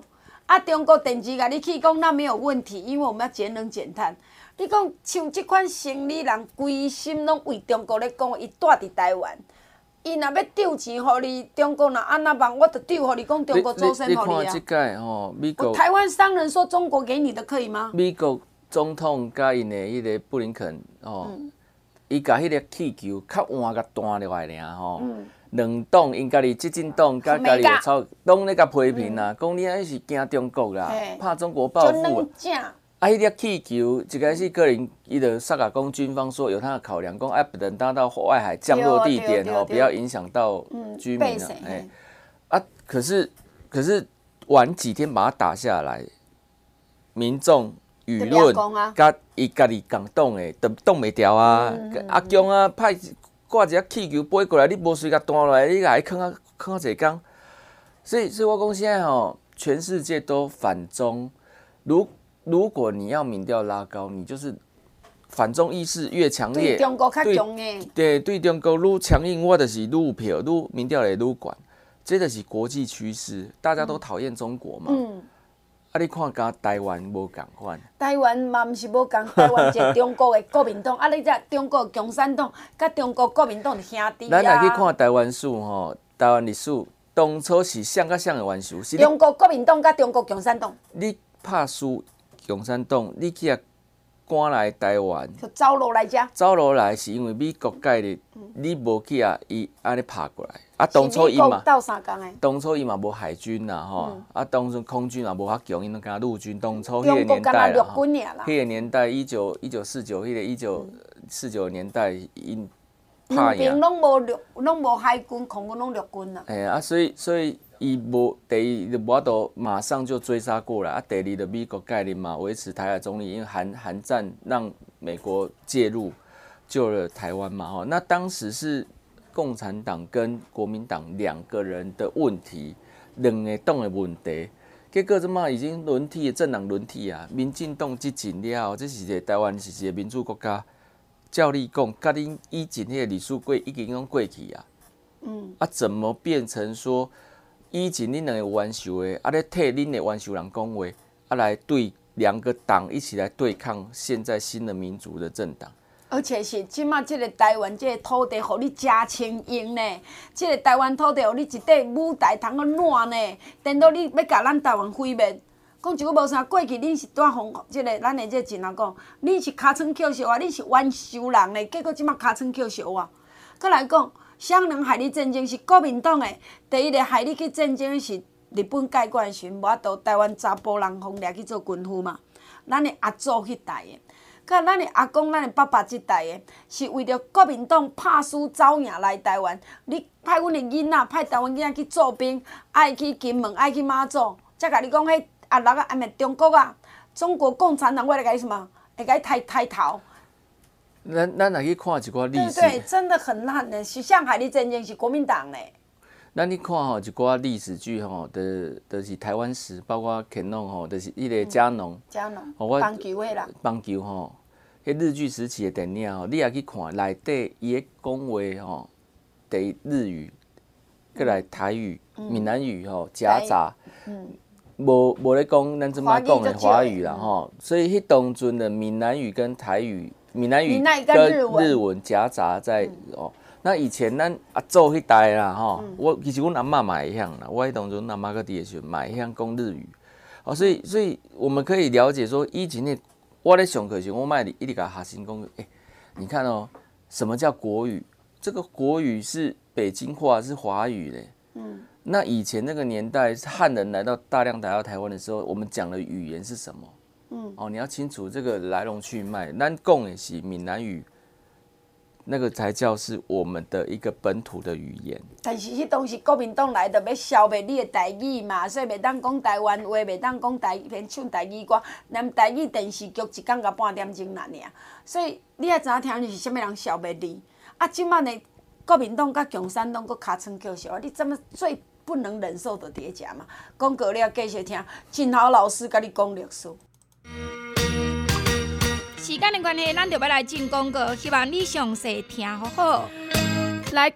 Speaker 2: 啊，中国电视甲你去讲，那没有问题，因为我们要节能减碳。你讲像即款生理人，规心拢为中国咧讲，伊住伫台湾，伊若要丢钱互你，中国若安那办，我就丢互你，讲中国周身互你啊。
Speaker 3: 你看即届吼，美国
Speaker 2: 台湾商人说中国给你的可以吗？
Speaker 3: 美国总统甲因的迄个布林肯吼，伊甲迄个气球较换甲弹落来尔吼。两党因家己执政党甲家己的操拢咧甲批评啦，讲你安是惊中国啦，怕中国报复啊。啊，迄粒气球一开始个人伊就萨甲讲军方说有他的考量，讲等到外海降落地点哦，不要影响到居民啊。可是晚几天把它打下来，民众舆论甲伊家己共党的都挡袂牢啊。阿强啊，派挂一只气球飞过来，你无随甲弹落来，你甲伊囥啊一工。所以我讲现在吼，全世界都反中。如果你要民调拉高，你就是反中意识越强烈，
Speaker 2: 对中国较强诶。
Speaker 3: 对中国愈强硬，我就是愈有票，民调会愈悬。这就是国际趋势，大家都讨厌中国嘛。啊，你看甲台湾无共款。
Speaker 2: 台湾嘛毋是无共，台湾一个中国的国民党，啊，你这中国共产党甲中国国民党是兄弟啊。
Speaker 3: 咱来去看台湾史吼，台湾历史当初是谁甲谁的元首？是
Speaker 2: 中国国民党甲中国共产党。
Speaker 3: 你拍输共产党，你去啊赶来台湾，
Speaker 2: 就走路来遮。
Speaker 3: 走路来是因为美国介入，你无去啊，伊安尼拍过来。啊，当初伊嘛，当初伊嘛无海军啦吼，啊，当初空军也无较强，伊拢敢陆军。当初迄个年代啦，迄个年代1949，迄个1949年代因拍赢。
Speaker 2: 拢无海军，空军拢陆军啦。
Speaker 3: 啊，所以伊无第一就无法度马上就追杀过来，啊，第二就美国介入嘛，维持台海中立，因为韩战让美国介入救了台湾嘛，吼，那当时是共产党跟国民党两个人的问题，两个党的问题，结果即马已经轮替，政党轮替啊，民进党执政了后，这是一个台湾是一个民主国家，照你讲，甲恁以前迄个历史已经拢过去啊，啊，怎么变成说？以前恁两个元首的，啊，咧替恁的元首人讲话，啊，来对两个党一起来对抗现在新的民主的政党。
Speaker 2: 而且是即马即个台湾即个土地，互你真清用呢。即个台湾土地，互你一块舞台通去烂呢。等到你要甲咱台湾毁灭，讲一句无啥，过去恁是带防即个咱的即个真人讲，你是尻川捡小啊，你是元首人呢。结果即马尻川捡小啊，再来讲。双人害你战争是国民党的，第一个害你去战争是日本介管的时，无法度台湾查甫人封掠去做军夫嘛。咱的阿祖迄代的，甲咱的阿公、咱的爸爸即代的，是为着国民党拍输走赢来台湾。你派阮的囡仔，派台湾囡仔去做兵，爱去金门，爱去马祖，才甲你讲迄阿六啊，毋中国啊，中国共产党为了甲你什么？会甲你抬头。
Speaker 3: 咱来去看一寡历史，
Speaker 2: 对，真的很烂的。是上海的战争是国民党嘞。
Speaker 3: 咱你看吼，一寡历史剧吼，就是台湾史，包括乾隆吼，就是迄个嘉农，
Speaker 2: 棒球的啦。
Speaker 3: 棒球吼，迄日据时期的电影吼，你也去看内底伊的讲话吼，第日语，过来台语、闽南语吼夹杂，无咧讲咱即摆讲的华语啦吼，所以迄当阵的闽南语跟台语。闽南语跟日文夹杂在哦，那以前咱阿祖迄代啦吼，我其实阮阿嬷嘛会晓啦，我迄当阵阿嬷个伫的时候嘛会晓讲日语，哦，所以我们可以了解说，以前的我咧上课时，我卖一直甲学生讲，你看哦，什么叫国语？这个国语是北京话，是华语嘞。那以前那个年代，汉人大量来到台湾的时候，我们讲的语言是什么？你要清楚这个来龙去脉。咱讲的是闽南语，那个才叫是我们的一个本土的语言。
Speaker 2: 但是迄当时国民党来，就要消灭你的台语嘛，所以袂当讲台湾话，袂当讲偏唱台语歌，连台语电视剧一天甲半点钟啦尔。所以你也知影听是啥物人消灭你。啊，即摆的国民党甲共产党佫尻川叫小，你怎么最不能忍受的叠加嘛？广告了，继续听真好老师甲你讲历史。
Speaker 4: 时间的关系，咱就要来进广告，希望你详细听好好。 来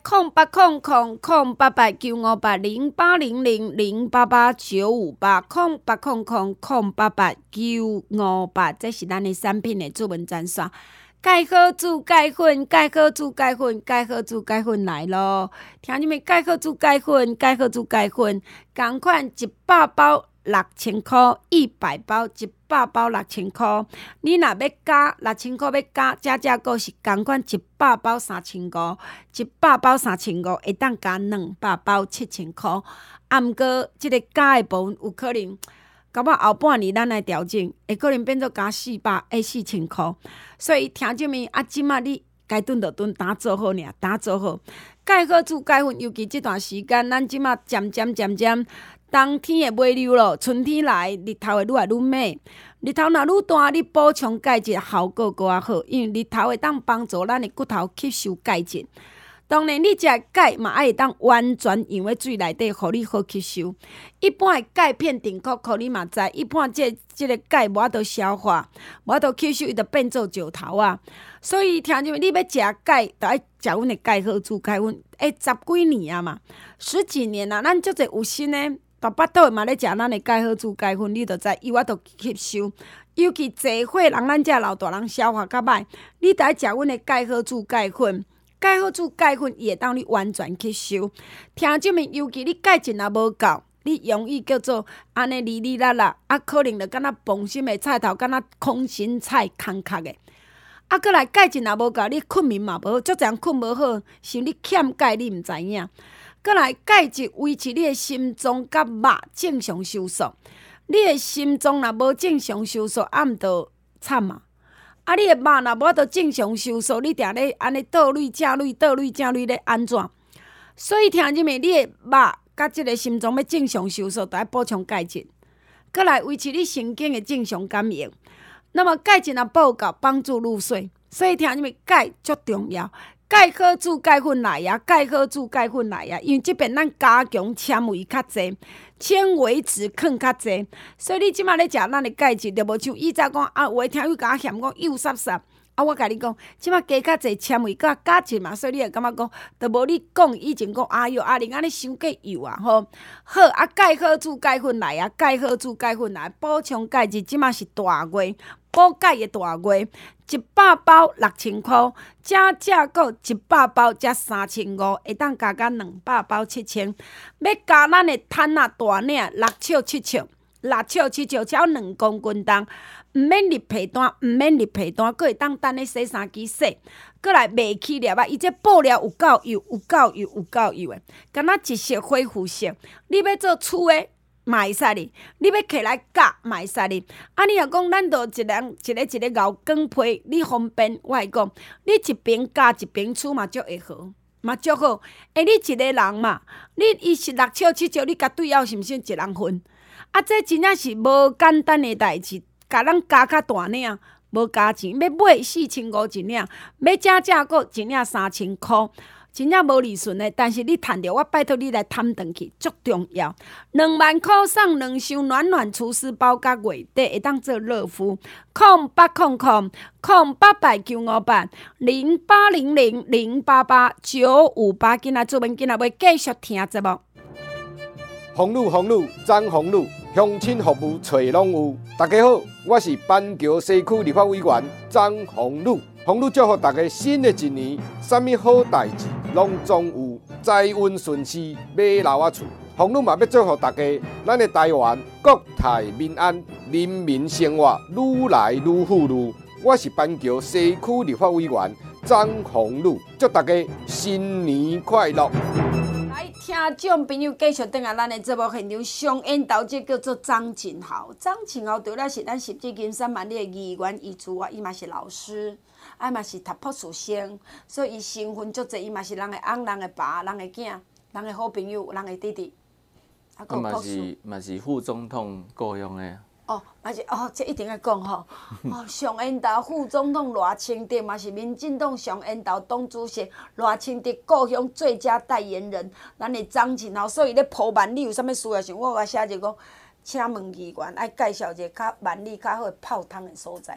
Speaker 4: 0800-958-080-088-958-0800-958，这是咱的产品的主文专线。钙好珠钙粉，钙好珠钙粉，钙好珠钙粉来咯！听你们钙好珠钙粉，钙好珠钙粉，同款100包6000块，100包100包6000块。你若要加6000块，要加价购是同款100包3500，100包3500会当加200包7000块。啊，毋过即个加的部分有可能。到尾后半年咱来调整，会可能变做加4000块。所以听众们啊，即马你该炖就炖，打做好尔，打做好。钙好珠钙粉，尤其即段时间，咱即马渐渐，冬天会尾流咯，春天来，日头会愈来愈美。日头若愈大，你补充钙质效果搁较好，因为日头会当帮助咱的骨头吸收钙质。当然，你食钙嘛爱会当完全用喺水内底，互你好吸收。一般的钙片定壳，互你嘛知，一般即个钙无法度消化，无法度吸收，伊就变做石头啊。所以听众们，你要食钙，就爱食阮的钙好珠钙粉。10几年啊嘛，10几年啊，咱足侪有心的大巴肚的嘛咧食咱的钙好珠钙粉，你就知伊有法度吸收。尤其坐伙人，咱遮老大人消化较歹，你就爱食阮的钙好珠钙粉。钙好珠钙粉也当你完全吸收。听众们，尤其你钙质若无够，你容易叫做安尼哩哩啦啦，啊，可能就敢若崩心的菜头，敢若空心菜空壳的。啊，搁来钙质若无够，你困眠嘛无好，足侪人困无好，是你欠钙，你毋知影。搁来钙质维持你的心脏甲肉正常收缩，你的心脏若无正常收缩，啊，毋就惨啊！啊，你的肉若无法度正常收缩，你定咧安尼倒泪正泪咧安怎？所以听入面，你的肉甲即个心脏要正常收缩，就要补充钙质，搁来维持你神经的正常感应。那么钙质若补够，帮助入睡。所以听入面，钙足重要。钙好珠钙粉来啊，钙好珠钙粉来啊，因为即边咱加强纤维较济。纤维质更较济，所以你即马咧食咱的钙质，就无像以前讲啊，有诶听友甲我嫌讲幼煞煞。啊，我甲你讲，即马加较济纤维，甲价钱嘛，所以你会感觉讲，就无你讲以前讲，哎哟，阿玲安尼伤过幼啊吼。好啊，钙好珠钙粉来啊，钙好珠钙粉来补充钙质，即马是大月，补钙的大月，100包6000块，加价购100包加3500，会当加200包7000。要加咱的摊啊大领6尺7尺，6尺7尺，超2公斤重。毋免立被单，佫会当等咧洗衫机洗，佫来袂起粒啊！伊这布料有够油的，敢若一色恢复色。你要做厝的嘛会使哩，你要摕来夹嘛会使哩。啊，你若讲咱都一个熬光皮，你方便，我会讲，你一边夹一边厝嘛足会好，嘛足好。你一个人嘛，伊是6尺7尺，你甲对后是毋是一人份？啊，这真正是无简单的代志。甲咱加较大领，无加钱，要买4500一领，要正购一领3000块，真正无利润的。但是你趁着我拜托你来摊转去，足重要。2万块送2箱暖暖厨师包，甲月底会当做热敷。0800-080-088-958，今仔做文，今仔要继续听节目。
Speaker 6: 红路张红路，乡亲服务找拢有。大家好，我是板桥西区立法委员张红路。红路祝福大家新的一年，啥物好代志拢总有，财运顺遂，买楼啊厝。红路嘛要祝福大家，咱的台湾国泰民安，人民生活愈来愈富裕。我是板桥西区立法委员张红路，祝大家新年快乐。
Speaker 2: 听众朋友，继续登来咱的节目现场，上演导这叫做张景豪。张景豪除了是咱十指金山万里的议员遗珠啊，伊嘛是老师，啊嘛是读博士生，所以伊身份足济，伊嘛是人的翁、人的爸、人的囝、人的好朋友、人的弟弟。
Speaker 3: 啊，嘛是副总统故乡的。
Speaker 2: 哦，嘛是哦，这一定要讲吼。哦，上演导副总统赖清德嘛是民进党上演导党主席赖清德故乡最佳代言人，咱的张景豪。所以咧铺万里有啥物需要时，我写者讲，请问议员爱介绍一个较万里较好的泡汤的所在。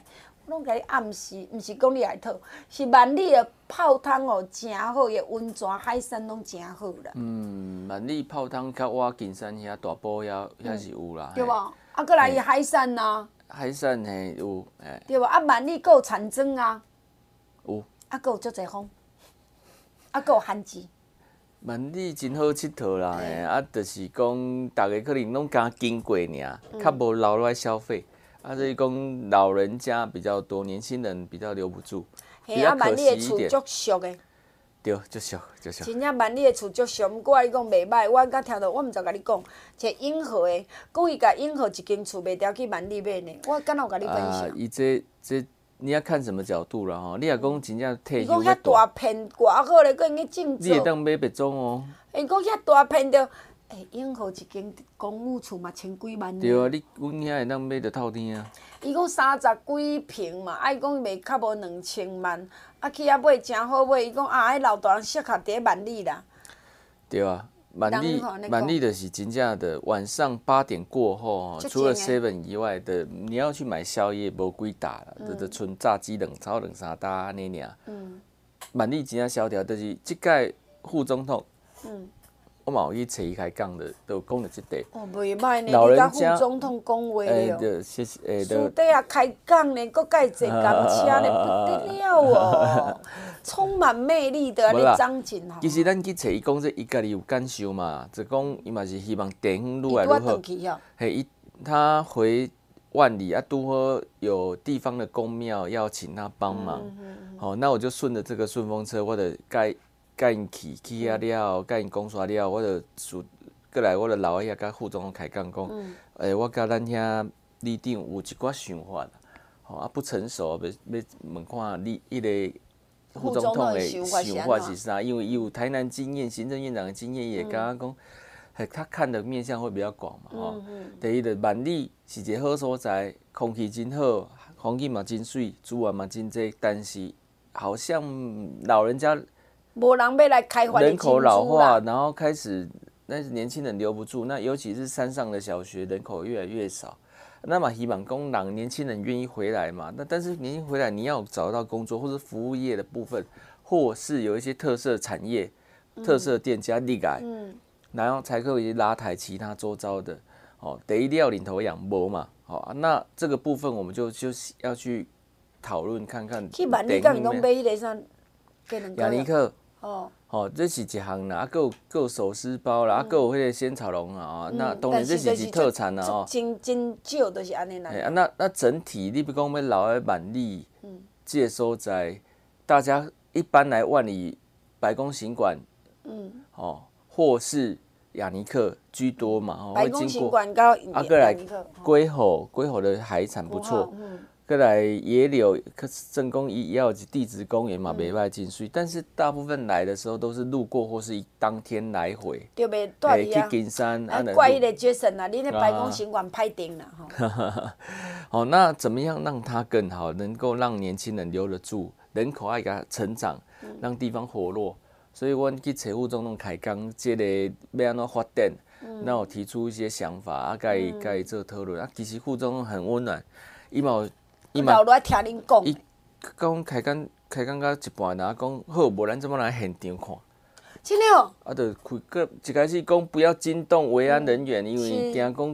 Speaker 2: 拢甲你暗示，毋是讲你来讨，是万里的泡汤哦，诚好，伊温泉海产拢诚好啦。
Speaker 3: 万里泡汤较我金山遐大埔遐是有啦。
Speaker 2: 对无？啊，过来伊海产啊。
Speaker 3: 海产嘿有，哎。
Speaker 2: 对无？啊，万里佫有田庄啊。
Speaker 3: 有。
Speaker 2: 啊，佫有足侪风。啊，佫有旱季。
Speaker 3: 万里真好佚佗啦，啊，就是讲大家可能拢敢经过尔，较无留落来消费。所以讲老人家比较多，年轻人比较留不住，比较可惜一点。
Speaker 2: 足俗的。
Speaker 3: 对，足俗，足俗。
Speaker 2: 真正万里的厝足俗，毋过我讲袂歹，我甲听到，我毋知甲你讲，一个永和的，讲伊甲永和一间厝卖掉去万里买呢，我敢有甲你分享。
Speaker 3: 伊这你要看什么角度啦吼，你若讲真正退休
Speaker 2: 伊讲遐大片偌好咧，佫用去种
Speaker 3: 植。你会当买别种哦。
Speaker 2: 伊讲遐大片着。永和一间公寓厝嘛，千几万。
Speaker 3: 对啊，阮遐会当买着透天啊。
Speaker 2: 伊讲30几平嘛，伊讲卖较无2000万，去遐买诚好买。伊讲迄老大人适合伫咧万里啦。
Speaker 3: 对啊，万里就是真正的晚上8点过后，除了 7 以外的，你要去买宵夜无几大啦，就纯炸鸡炒2、3搭安尼尔。万里真正萧条，就是即届副总统。我嘛有去找伊开讲的，都讲了即块。
Speaker 2: 哦，袂歹呢，你甲副总统讲话了。私底下开讲呢，佫甲伊坐公车呢，不得了哦，充满魅力的安尼张景豪。
Speaker 3: 其实咱去找伊讲，伊家己有感受嘛，就讲伊嘛是希望地方愈来愈好。嘿，他回万里啊，拄好有地方的公庙要请他帮忙。好，那我就顺着这个顺风车，我就甲因去遐了，甲因讲煞了，我就过来，我就留喺遐甲副总统开讲讲，我甲咱遐里长有一寡想法，吼不成熟，要问看你迄个副总统的想法是啥？因为伊有台南经验，行政院长的经验，伊会感觉讲，他看的面向会比较广嘛，吼。第一，就万里是一个好所在，空气真好，风景嘛真水，资源嘛真济，但是好像老人家。
Speaker 2: 无人要来开发，
Speaker 3: 人口老化，然后开始那年轻人留不住，那尤其是山上的小学人口越来越少，那么希望讲年轻人愿意回来嘛，但是年轻回来你要找到工作，或是服务业的部分，或是有一些特色产业、特色店家立改，然后才可以拉抬其他周遭的，第一要领头羊无嘛，那这个部分我们就要去讨论看看。
Speaker 2: 去万里港拢买迄个啥？
Speaker 3: 雅尼克。这是一项啦，还有手撕包啦，还有迄个仙草龙啊，那当然这是特产啦哦。
Speaker 2: 真少都是安尼来。
Speaker 3: 那整体你比讲要留喺万里，这个所在，大家一般来万里白宫行馆，或是雅尼克居多嘛，
Speaker 2: 白宫行馆到
Speaker 3: 雅尼克。龟吼的海产不错。过来野柳，正宫也有地质公园嘛，袂歹真水。但是大部分来的时候都是路过或是当天来回，
Speaker 2: 就袂住伫
Speaker 3: 去金山。
Speaker 2: 怪迄个Jason啊，你那白宫行馆歹定啦
Speaker 3: 吼。那怎么样让它更好，能够让年轻人留得住，人口爱给它成长，让地方活络？所以我去找副总统开讲，这个要安怎发展？那我提出一些想法，甲伊做讨论。其实副总统很温暖，伊嘛。
Speaker 2: 留落来听恁讲。
Speaker 3: 伊讲开讲到一半，然后讲好，无咱怎么来现场看？
Speaker 2: 真的哦。
Speaker 3: 就开一开始讲不要惊动维安人员，因为惊讲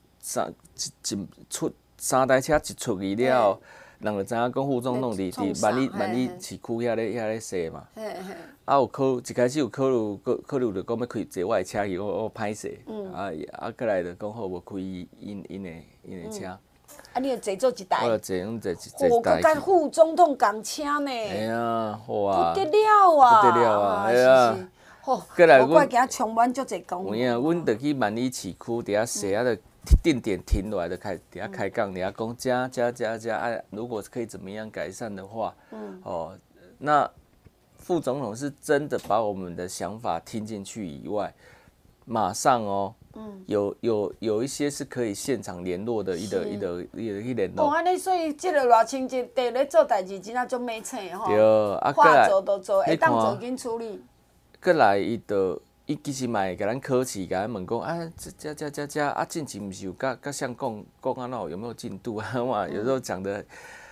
Speaker 3: 三台车一出去了，人就知影讲副总统伫万里市区遐咧踅嘛。一开始有考虑着讲要开坐我的车去，我歹势。过来就讲好无开因的车。
Speaker 2: 你就坐一台，
Speaker 3: 我就坐一台。
Speaker 2: 甲副总统共车呢。
Speaker 3: 哎呀，好啊。
Speaker 2: 不得了啊！
Speaker 3: 不得了啊！哎呀，
Speaker 2: 好。过来，我惊充满足侪讲。
Speaker 3: 有影，阮就去万里市区伫遐踅啊，就定点停落来，就伫遐开讲，伫遐讲加，如果可以怎么样改善的话，那副总统是真的把我们的想法听进去以外，马上有一些是可以现场联络的，伊联络。
Speaker 2: 安尼所以即个偌清一地咧做代志，真正足美青吼。
Speaker 3: 对，
Speaker 2: 话做都做，会当做紧处理。
Speaker 3: 过来伊其实嘛会甲咱考试，甲咱问讲这进前毋是有甲像讲安怎有没有进度啊？嘛有时候讲的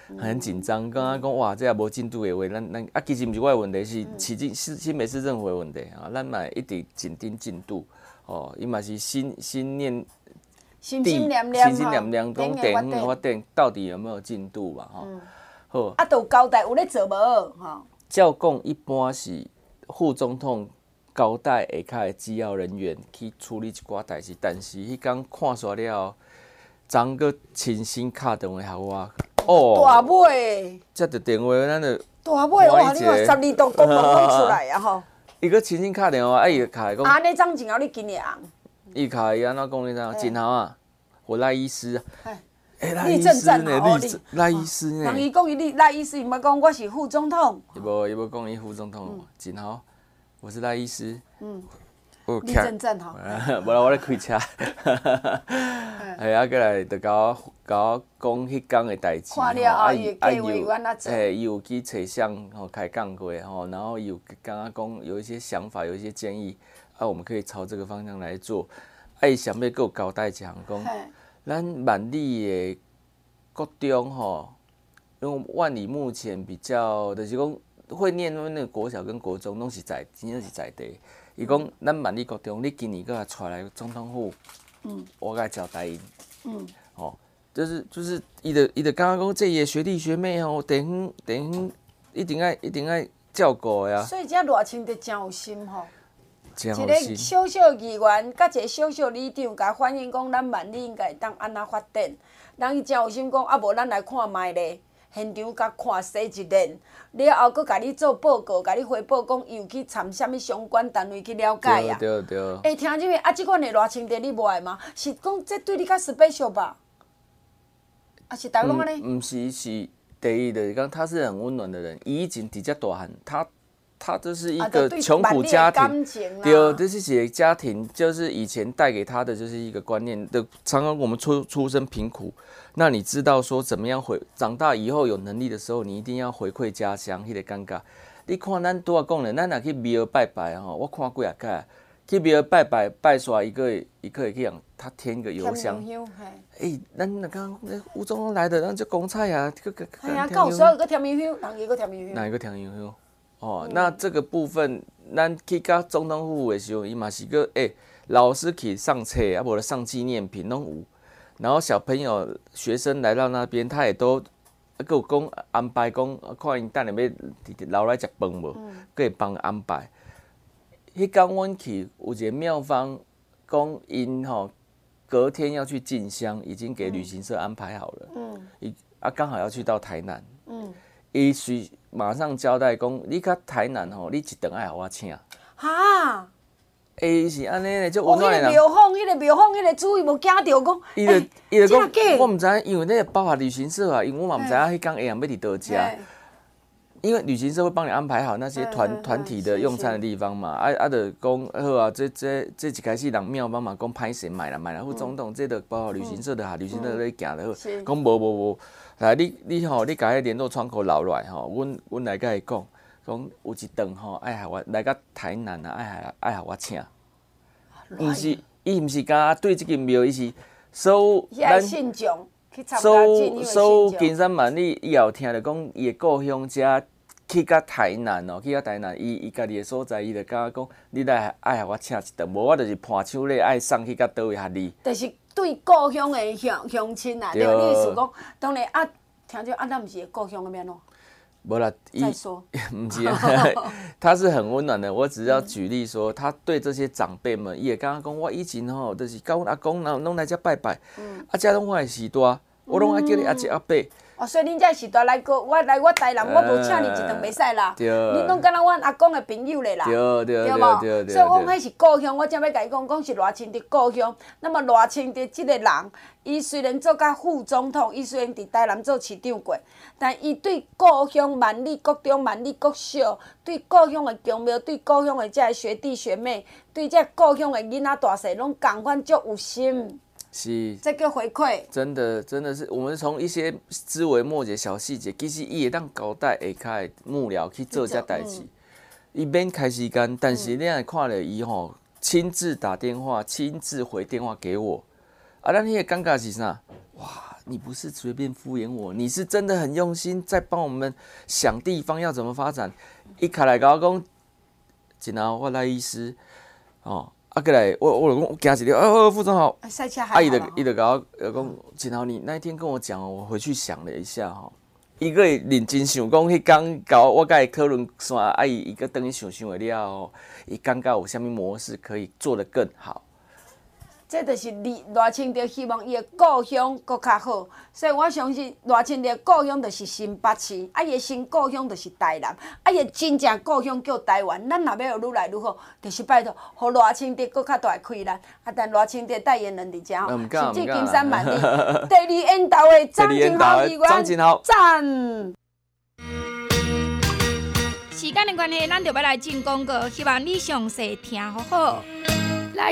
Speaker 3: 很紧张，刚刚讲哇，这也无进度的话，咱其实毋是我的问题，是新北市政府的问题啊，咱嘛一直紧盯进度哦，伊嘛是心念
Speaker 2: 念，
Speaker 3: 讲地方的发展到底有没有进度吧？吼，好。
Speaker 2: 啊，都有交代有咧做无吼？
Speaker 3: 照讲一般是副总统交代下骹的机要人员去处理一寡代志，但是迄天看煞了后，昨个亲身敲电话给我，
Speaker 2: 大尾，
Speaker 3: 接着电话咱就
Speaker 2: 大尾哇！你看12度公公出来啊吼！
Speaker 3: 伊个亲身敲电话，伊就敲来讲，
Speaker 2: 安尼怎真后你今年红？
Speaker 3: 伊敲伊安怎讲？你知真好啊！我赖医师啊，赖
Speaker 2: 立
Speaker 3: 医师
Speaker 2: 正站好，
Speaker 3: 赖医师呢？
Speaker 2: 人伊讲伊赖医师，伊嘛讲我是副总统。
Speaker 3: 伊无讲伊副总统，真好，我是赖医师。
Speaker 2: 立正站好。
Speaker 3: 无啦，我咧开车。哎啊，过来就甲我讲迄天的代志。
Speaker 2: 看了后，伊计划有安怎做？
Speaker 3: 伊有去找相开讲过吼，然后伊有刚刚讲有一些想法，有一些建议，我们可以朝这个方向来做。伊想要有交代一项讲，咱万里的国中吼，因为万里目前比较就是讲会念那个国小跟国中拢是真正是在地。伊讲咱万里国中，你今年搁带来总统府，我甲交代因，就是伊就刚刚讲这些学弟学妹吼，地方一定爱照顾呀。
Speaker 2: 所以这热情就真有心吼。
Speaker 3: 一
Speaker 2: 个小小议员，甲一个小小里长，甲反映讲咱万里应该当安怎发展。人伊真有心讲，啊无咱来看卖咧，现场甲看洗一轮，了后佫甲你做报告，甲你汇报讲伊有去参啥物相关单位去了解啊。
Speaker 3: 对。
Speaker 2: 听入面即款的热情地你无爱吗？是讲这对你较 special 吧？啊是大家拢安尼？
Speaker 3: 毋是第一的，讲他是很温暖的人，伊以前伫遮大汉，他就是一个穷苦家庭，对，这是一个家庭，就是以前带给他的就是一个观念的。常常我们出身贫苦，那你知道说怎么样长大以后有能力的时候，你一定要回馈家乡，迄个尴尬。你看咱拄仔讲的，咱若去庙拜拜吼，我看几啊届，去庙拜煞一个会去让他添个油香。咱若讲吴总统来的，咱就公菜啊，
Speaker 2: 哎呀，到时候个添油香，人伊个添油香，
Speaker 3: 哪一个添油香？那这个部分，咱去到总统府的时候，伊嘛是个老师去上册，啊，无上纪念品拢有。然后小朋友、学生来到那边，他也都有讲安排讲，看因等下要留来食饭无，佮会帮安排。迄天阮去有一个庙方讲因隔天要去进香，已经给旅行社安排好了。刚好要去到台南。伊马上交代讲，你到台南你一顿爱互我请。哈？是安尼嘞，就温暖的人。
Speaker 2: 迄个庙方，迄个主意无惊到讲。伊就讲，
Speaker 3: 我毋知影，因为那个包括旅行社啊，因为我嘛毋知影迄天下暗要伫倒食。因为旅行社会帮你安排好那些团体的用餐的地方嘛，就讲好啊，这一开始人庙方嘛讲歹势买啦，副总统这就包括旅行社的哈，旅行社咧行就好，讲无。来，你甲迄联络窗口留落来吼，阮来甲伊讲有一顿爱互我来到台南啊，爱互我请。伊毋是敢对即间庙，伊是所有
Speaker 2: 信众去参加
Speaker 3: 所有金山万里以后听着讲伊的故乡遮去到台南伊家己的所在，伊就敢讲你来爱互我请一顿，无我就是盘手咧爱送去到倒位合理。
Speaker 2: 就是对故乡的乡亲啊，对，你意思讲，当然听着咱毋是故乡的面咯。
Speaker 3: 无啦，
Speaker 2: 再说，
Speaker 3: 不是，他是很温暖的。我只是要举例说，他对这些长辈们，伊会刚刚讲，我以前就是甲阮阿公拢来遮拜拜，遮拢我的时代，我拢爱叫你阿叔阿伯。
Speaker 2: 所以恁这时代来过，我台南，我无请你一顿袂使啦。恁拢敢若阮阿公的朋友咧啦，对无？所以我迄是故乡，我才要甲伊讲是热情的故乡。那么热情的即个人，伊虽然做甲副总统，伊虽然伫台南做市长过，但伊对故乡万里国中、万里国小，对故乡的宫庙，对故乡的这学弟学妹，对这故乡的囡仔大细，拢共款足有心。
Speaker 3: 是，
Speaker 2: 这叫回馈。真
Speaker 3: 的是，我们从一些枝微末节、小细节，其实伊会当交代下骹的幕僚去做这代志，伊免开时间，但是你若看了伊亲自打电话、亲自回电话给我，咱迄个感觉是啥？哇， 你不是随便敷衍我，你是真的很用心在帮我们想地方要怎么发展。一开来跟我讲，然后我赖医师，哦，过来我就讲惊一跳，副总好，
Speaker 2: 赛车还好。
Speaker 3: 伊就跟我讲，然后你那一天跟我讲，我回去想了一下哈，伊个会认真想讲，迄天搞我甲伊讨论啥，伊个等伊想的了后，伊感觉有啥物模式可以做得更好。
Speaker 2: 这就是赖清德希望伊的故乡搁较好，所以我相信赖清德故乡就是新北市，伊的新故乡就是台南，伊的真正故乡叫台湾。咱若要愈来愈好，就是拜托，互赖清德搁较大开力。但赖清德代言人伫遮吼，实至金山万里。第二演导的张金豪议员，赞。
Speaker 4: 时间的关系，咱就要来进广告，希望你详细听好好。来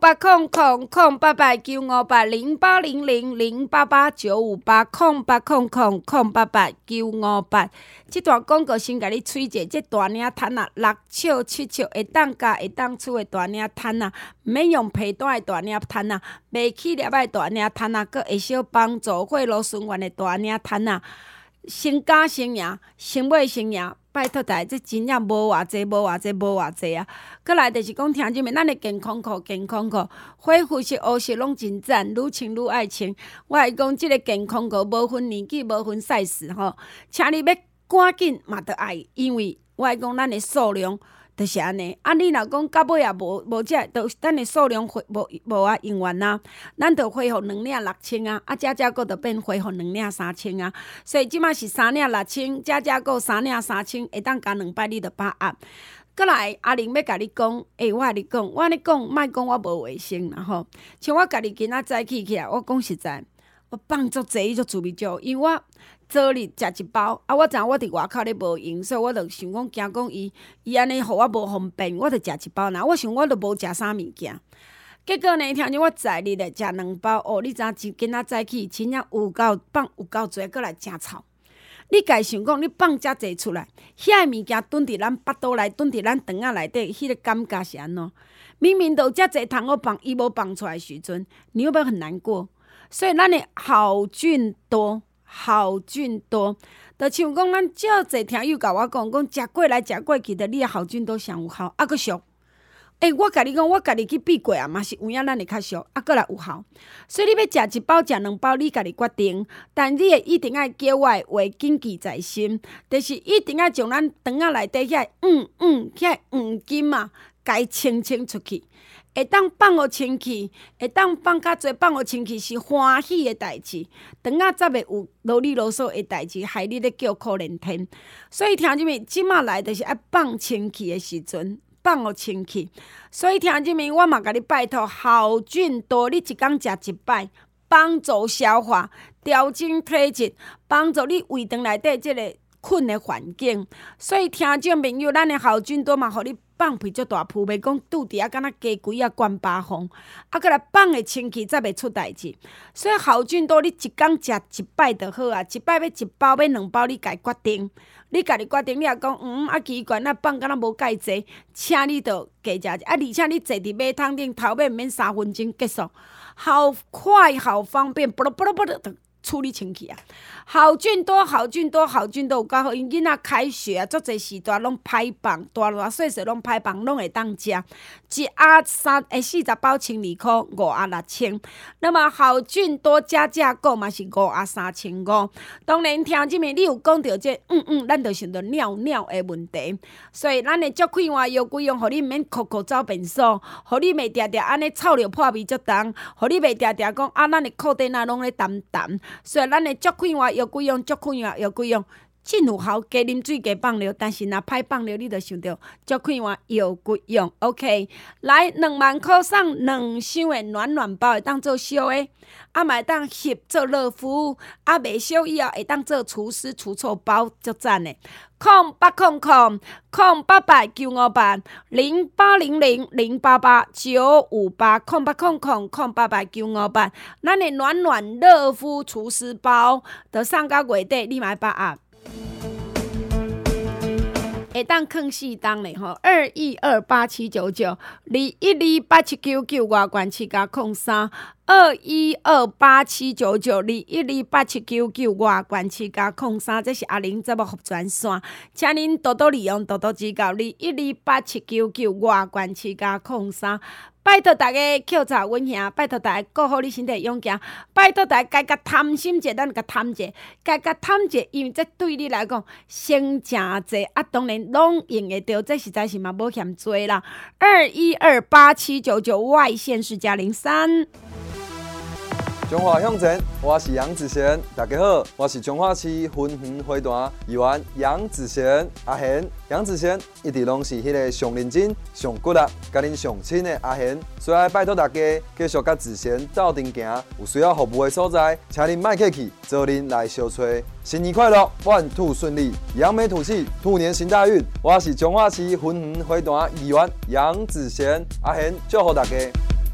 Speaker 4: 0800-088-958-088-958-0800-088-958，这段广告先甲你吹者，这大领毯啊，6尺7尺会当加会当出的大领毯啊，免用皮带的大领毯啊，袂起粒的大领毯啊，佮会小帮助血路循环的大领毯啊，先加先赢，先买先赢。拜托大家，这真正无偌济啊！搁来就是讲，听即面，咱的健康裤，恢复式、黑色拢真赞，愈穿愈爱穿。我来讲，即个健康裤无分年纪，无分size吼，请你要赶紧嘛得爱，因为我来讲，咱的数量就是安尼。啊，你若讲到尾也无这，就咱的数量无啊用完啊，咱就恢复2领6000啊，啊，加个就变恢复2领3000啊。所以即马是3领6000，加个3领3000，会当加2摆你就把握。过来，阿玲要甲你讲，我甲你讲，我安尼讲，莫讲我无卫生啦吼。像我家己今仔早起来，我讲实在，我放足济足趣味少，因为我昨日食一包，啊，我知影我伫外口咧无用，所以我就想讲，惊讲伊安尼互我无方便，我就食一包。那我想我就无食啥物件。结果呢，听见我昨日咧食2包，哦，你知影今仔早起真正放有够济，过来真臭。你家想讲，你放遮济出来，遐物件蹲伫咱腹肚内，蹲伫咱肠仔内底，迄个感觉是安怎？明明都遮济通好放，伊无放出来时阵，你会不会很难过？所以咱的好菌多，就像讲咱遮济听友甲我讲，食过来食过去的，你的好菌多上有效，啊，佫俗。我甲你讲，我家己去比过啊，嘛是有影咱会较俗，啊，过来有效。所以你要食1包、食2包，你家己决定。但你一定要叫我的话谨记在心，就是一定要将咱肠仔内底遐遐金啊，该清出去。会当放互清气，会当放较侪，放互清气是欢喜的代志。肠仔则袂有啰里啰嗦的代志，害你咧叫可怜天。所以听即面，即马来就是爱放清气的时阵。放互清气，所以听即面我嘛甲你拜托，好菌多，你一工食1摆，帮助消化、调整体质，帮助你胃肠内底即个菌的环境。所以听众朋友，咱的好菌多嘛，互你放屁足大噗，袂讲拄伫敢若鸡龟灌8风，啊，过来放的清气才袂出代志。所以好菌多，你一工食1摆就好啊，1摆要1包，要2包，你家决定。你家己决定，你也讲奇怪，那放敢若无介济，请你就加食啊！而且你坐伫马桶顶，头尾毋免3分钟结束，好快好方便，啵就处理清气啊！好菌多，有够好，因囡仔开学啊，足侪时段拢歹放，大细拢歹放，拢会当食。1盒40包12块，5盒6000。那么好菌多加价购嘛是5盒3500。当然听即面你有讲到这，咱就想到尿的问题，所以咱的足快活药规用，互你毋免哭走便所，互你袂定定安尼臭着破味足重，互你袂定定讲咱的裤底那拢咧澹。所以咱的足快活药规用，真有效，加啉水加放尿，但是若歹放尿，你就想到足快活药规用 ，OK。来2万块送2箱的暖包，会当做烧的，啊嘛会当翕做热敷，啊袂烧以后会当做除湿除臭包，足赞的。0800-958-088-958，0800-958，咱的暖热敷除湿包，就送到月底，你嘛把握。会当放4档嘞吼，2128799，2128799外关7+03 21287992128799外关市加03，这是阿玲节目服专线，请您多多利用，多多指教。21287999外关市加03。拜托大家扣查阮兄，拜托大家顾好你身体勇健，拜托大家家贪心者，咱甲贪者，家贪者，因为这对你来讲省诚济啊，当然拢用会到，这实在是嘛无嫌多啦。21287999外线是加03。
Speaker 7: 中华向前，我是杨子贤，大家好，我是中华市分园花坛议员杨子贤阿贤。杨子贤一直拢是迄个上认真、上骨力、甲恁上亲的阿贤，所以拜托大家继续甲子贤斗阵行，有需要服务的所在，请恁莫客气，找恁来相找。新年快乐，万兔顺利，扬眉吐气，兔年行大运。我是中华市分园花坛议员杨子贤阿贤，祝福大家。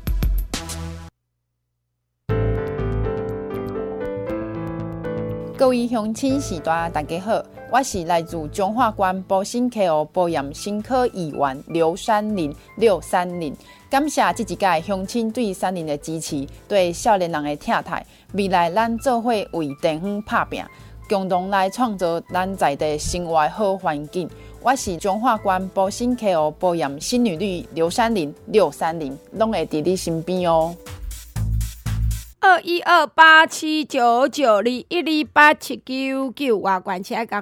Speaker 8: 各位乡亲时代，大家好，我是来自中华县保新科学保养新科议员刘山林。感谢这一届乡亲对山林的支持，对少年人的疼爱。未来咱做伙为地方打拼，共同来创造咱在地生活好环境。我是中华县保新科学保养新女律刘山林，拢会伫你身边哦。
Speaker 4: 21287992128799外关车加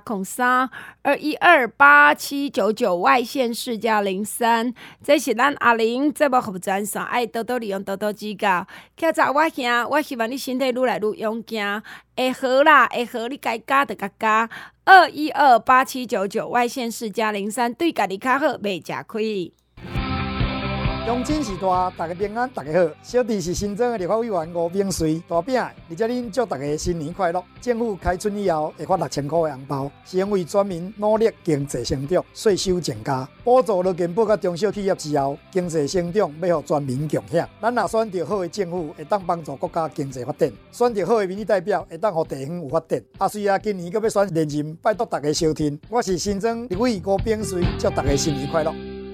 Speaker 4: 03，21287999外线是加03，这是咱阿玲节目服务专线，爱多多利用，多多指教。口罩我兄，我希望你身体愈来愈勇健，会好啦，会好，你该加就该加。21287999外线是加03，对家己较好，袂吃亏。
Speaker 9: 乡亲时代，大家平安，大家好。小弟是新庄的立法委员吴炳瑞，大饼，而且恁祝大家新年快乐。政府开春以后会发6000块的红包，是因为全民努力经济成长，税收增加，补助劳健保甲中小企业之后，经济成长要互全民共享。咱若选择好的政府，会当帮助国家经济发展；选择好的民意代表，会当互地方有发展。虽然今年阁要选连任，拜托大家收听。我是新庄立委吴炳瑞，祝大家新年快乐。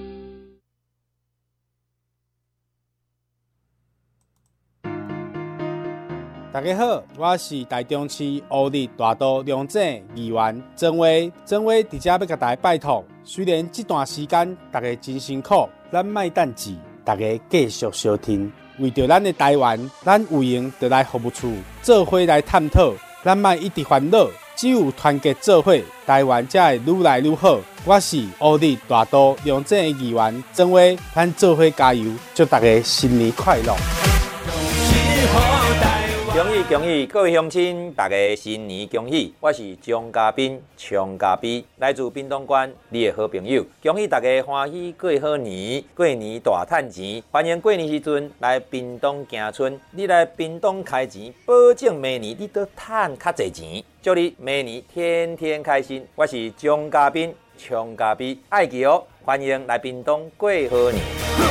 Speaker 10: 大家好，我是台中市乌日大道龙井议员曾威。曾威伫遮要甲大家拜托，虽然这段时间大家真辛苦，咱莫等志，大家继续收听。为着咱的台湾，咱有闲就来服务处，做伙来探讨，咱莫一直烦恼，只有团结做伙，台湾才会愈来愈好。我是乌日大道龙井议员曾威，咱做伙加油，祝大家新年快乐！
Speaker 11: 恭喜各位乡亲，大家新年恭喜！我是张嘉宾，来自屏东县，你的好朋友。恭喜大家欢喜过好年，过年大赚钱。欢迎过年时阵来屏东行春，你来屏东开钱，保证明年你都赚较侪钱。祝你明年天天开心！我是张嘉宾，爱记哦，欢迎来屏东过好年。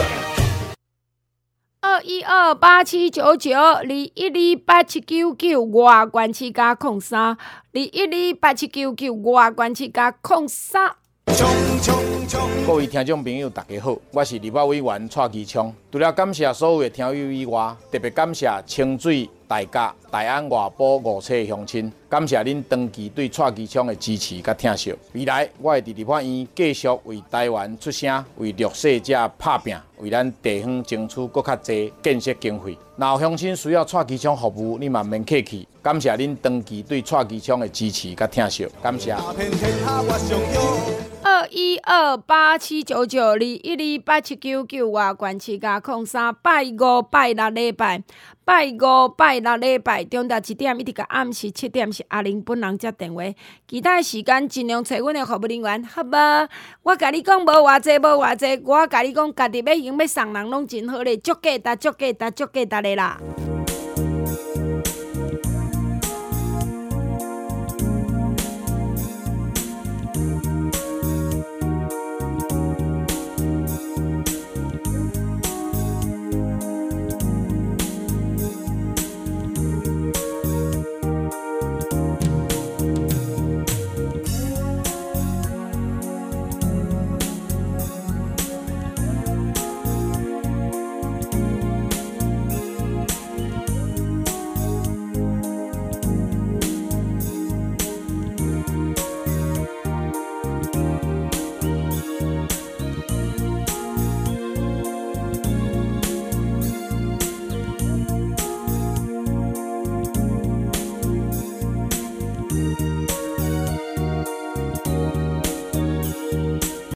Speaker 4: 21287992128799外关市加03，21287999外关市加03。
Speaker 12: 各位听众朋友，大家好，我是立法委员蔡其昌。除了感谢所有的听友以外，特别感谢清水、大甲、大安、外埔5处的乡亲，感谢恁长期对蔡其昌的支持甲疼惜。未来我会伫立法院继续为台湾出声，为弱势者拍拼，为咱地方争取更较侪建设经费。若有乡亲需要蔡其昌服务，你嘛免客气。感谢恁长期对蔡其昌的支持甲疼惜，感谢。
Speaker 4: 21287992128799外关市加03，拜5拜6礼拜。拜5拜6礼拜，中昼1点一直到暗时7点是阿玲本人接电话。其他的时间尽量找阮的服务人员，好无？我甲你讲无偌济，我甲你讲，家己要用要送人拢真好咧，足价值的啦。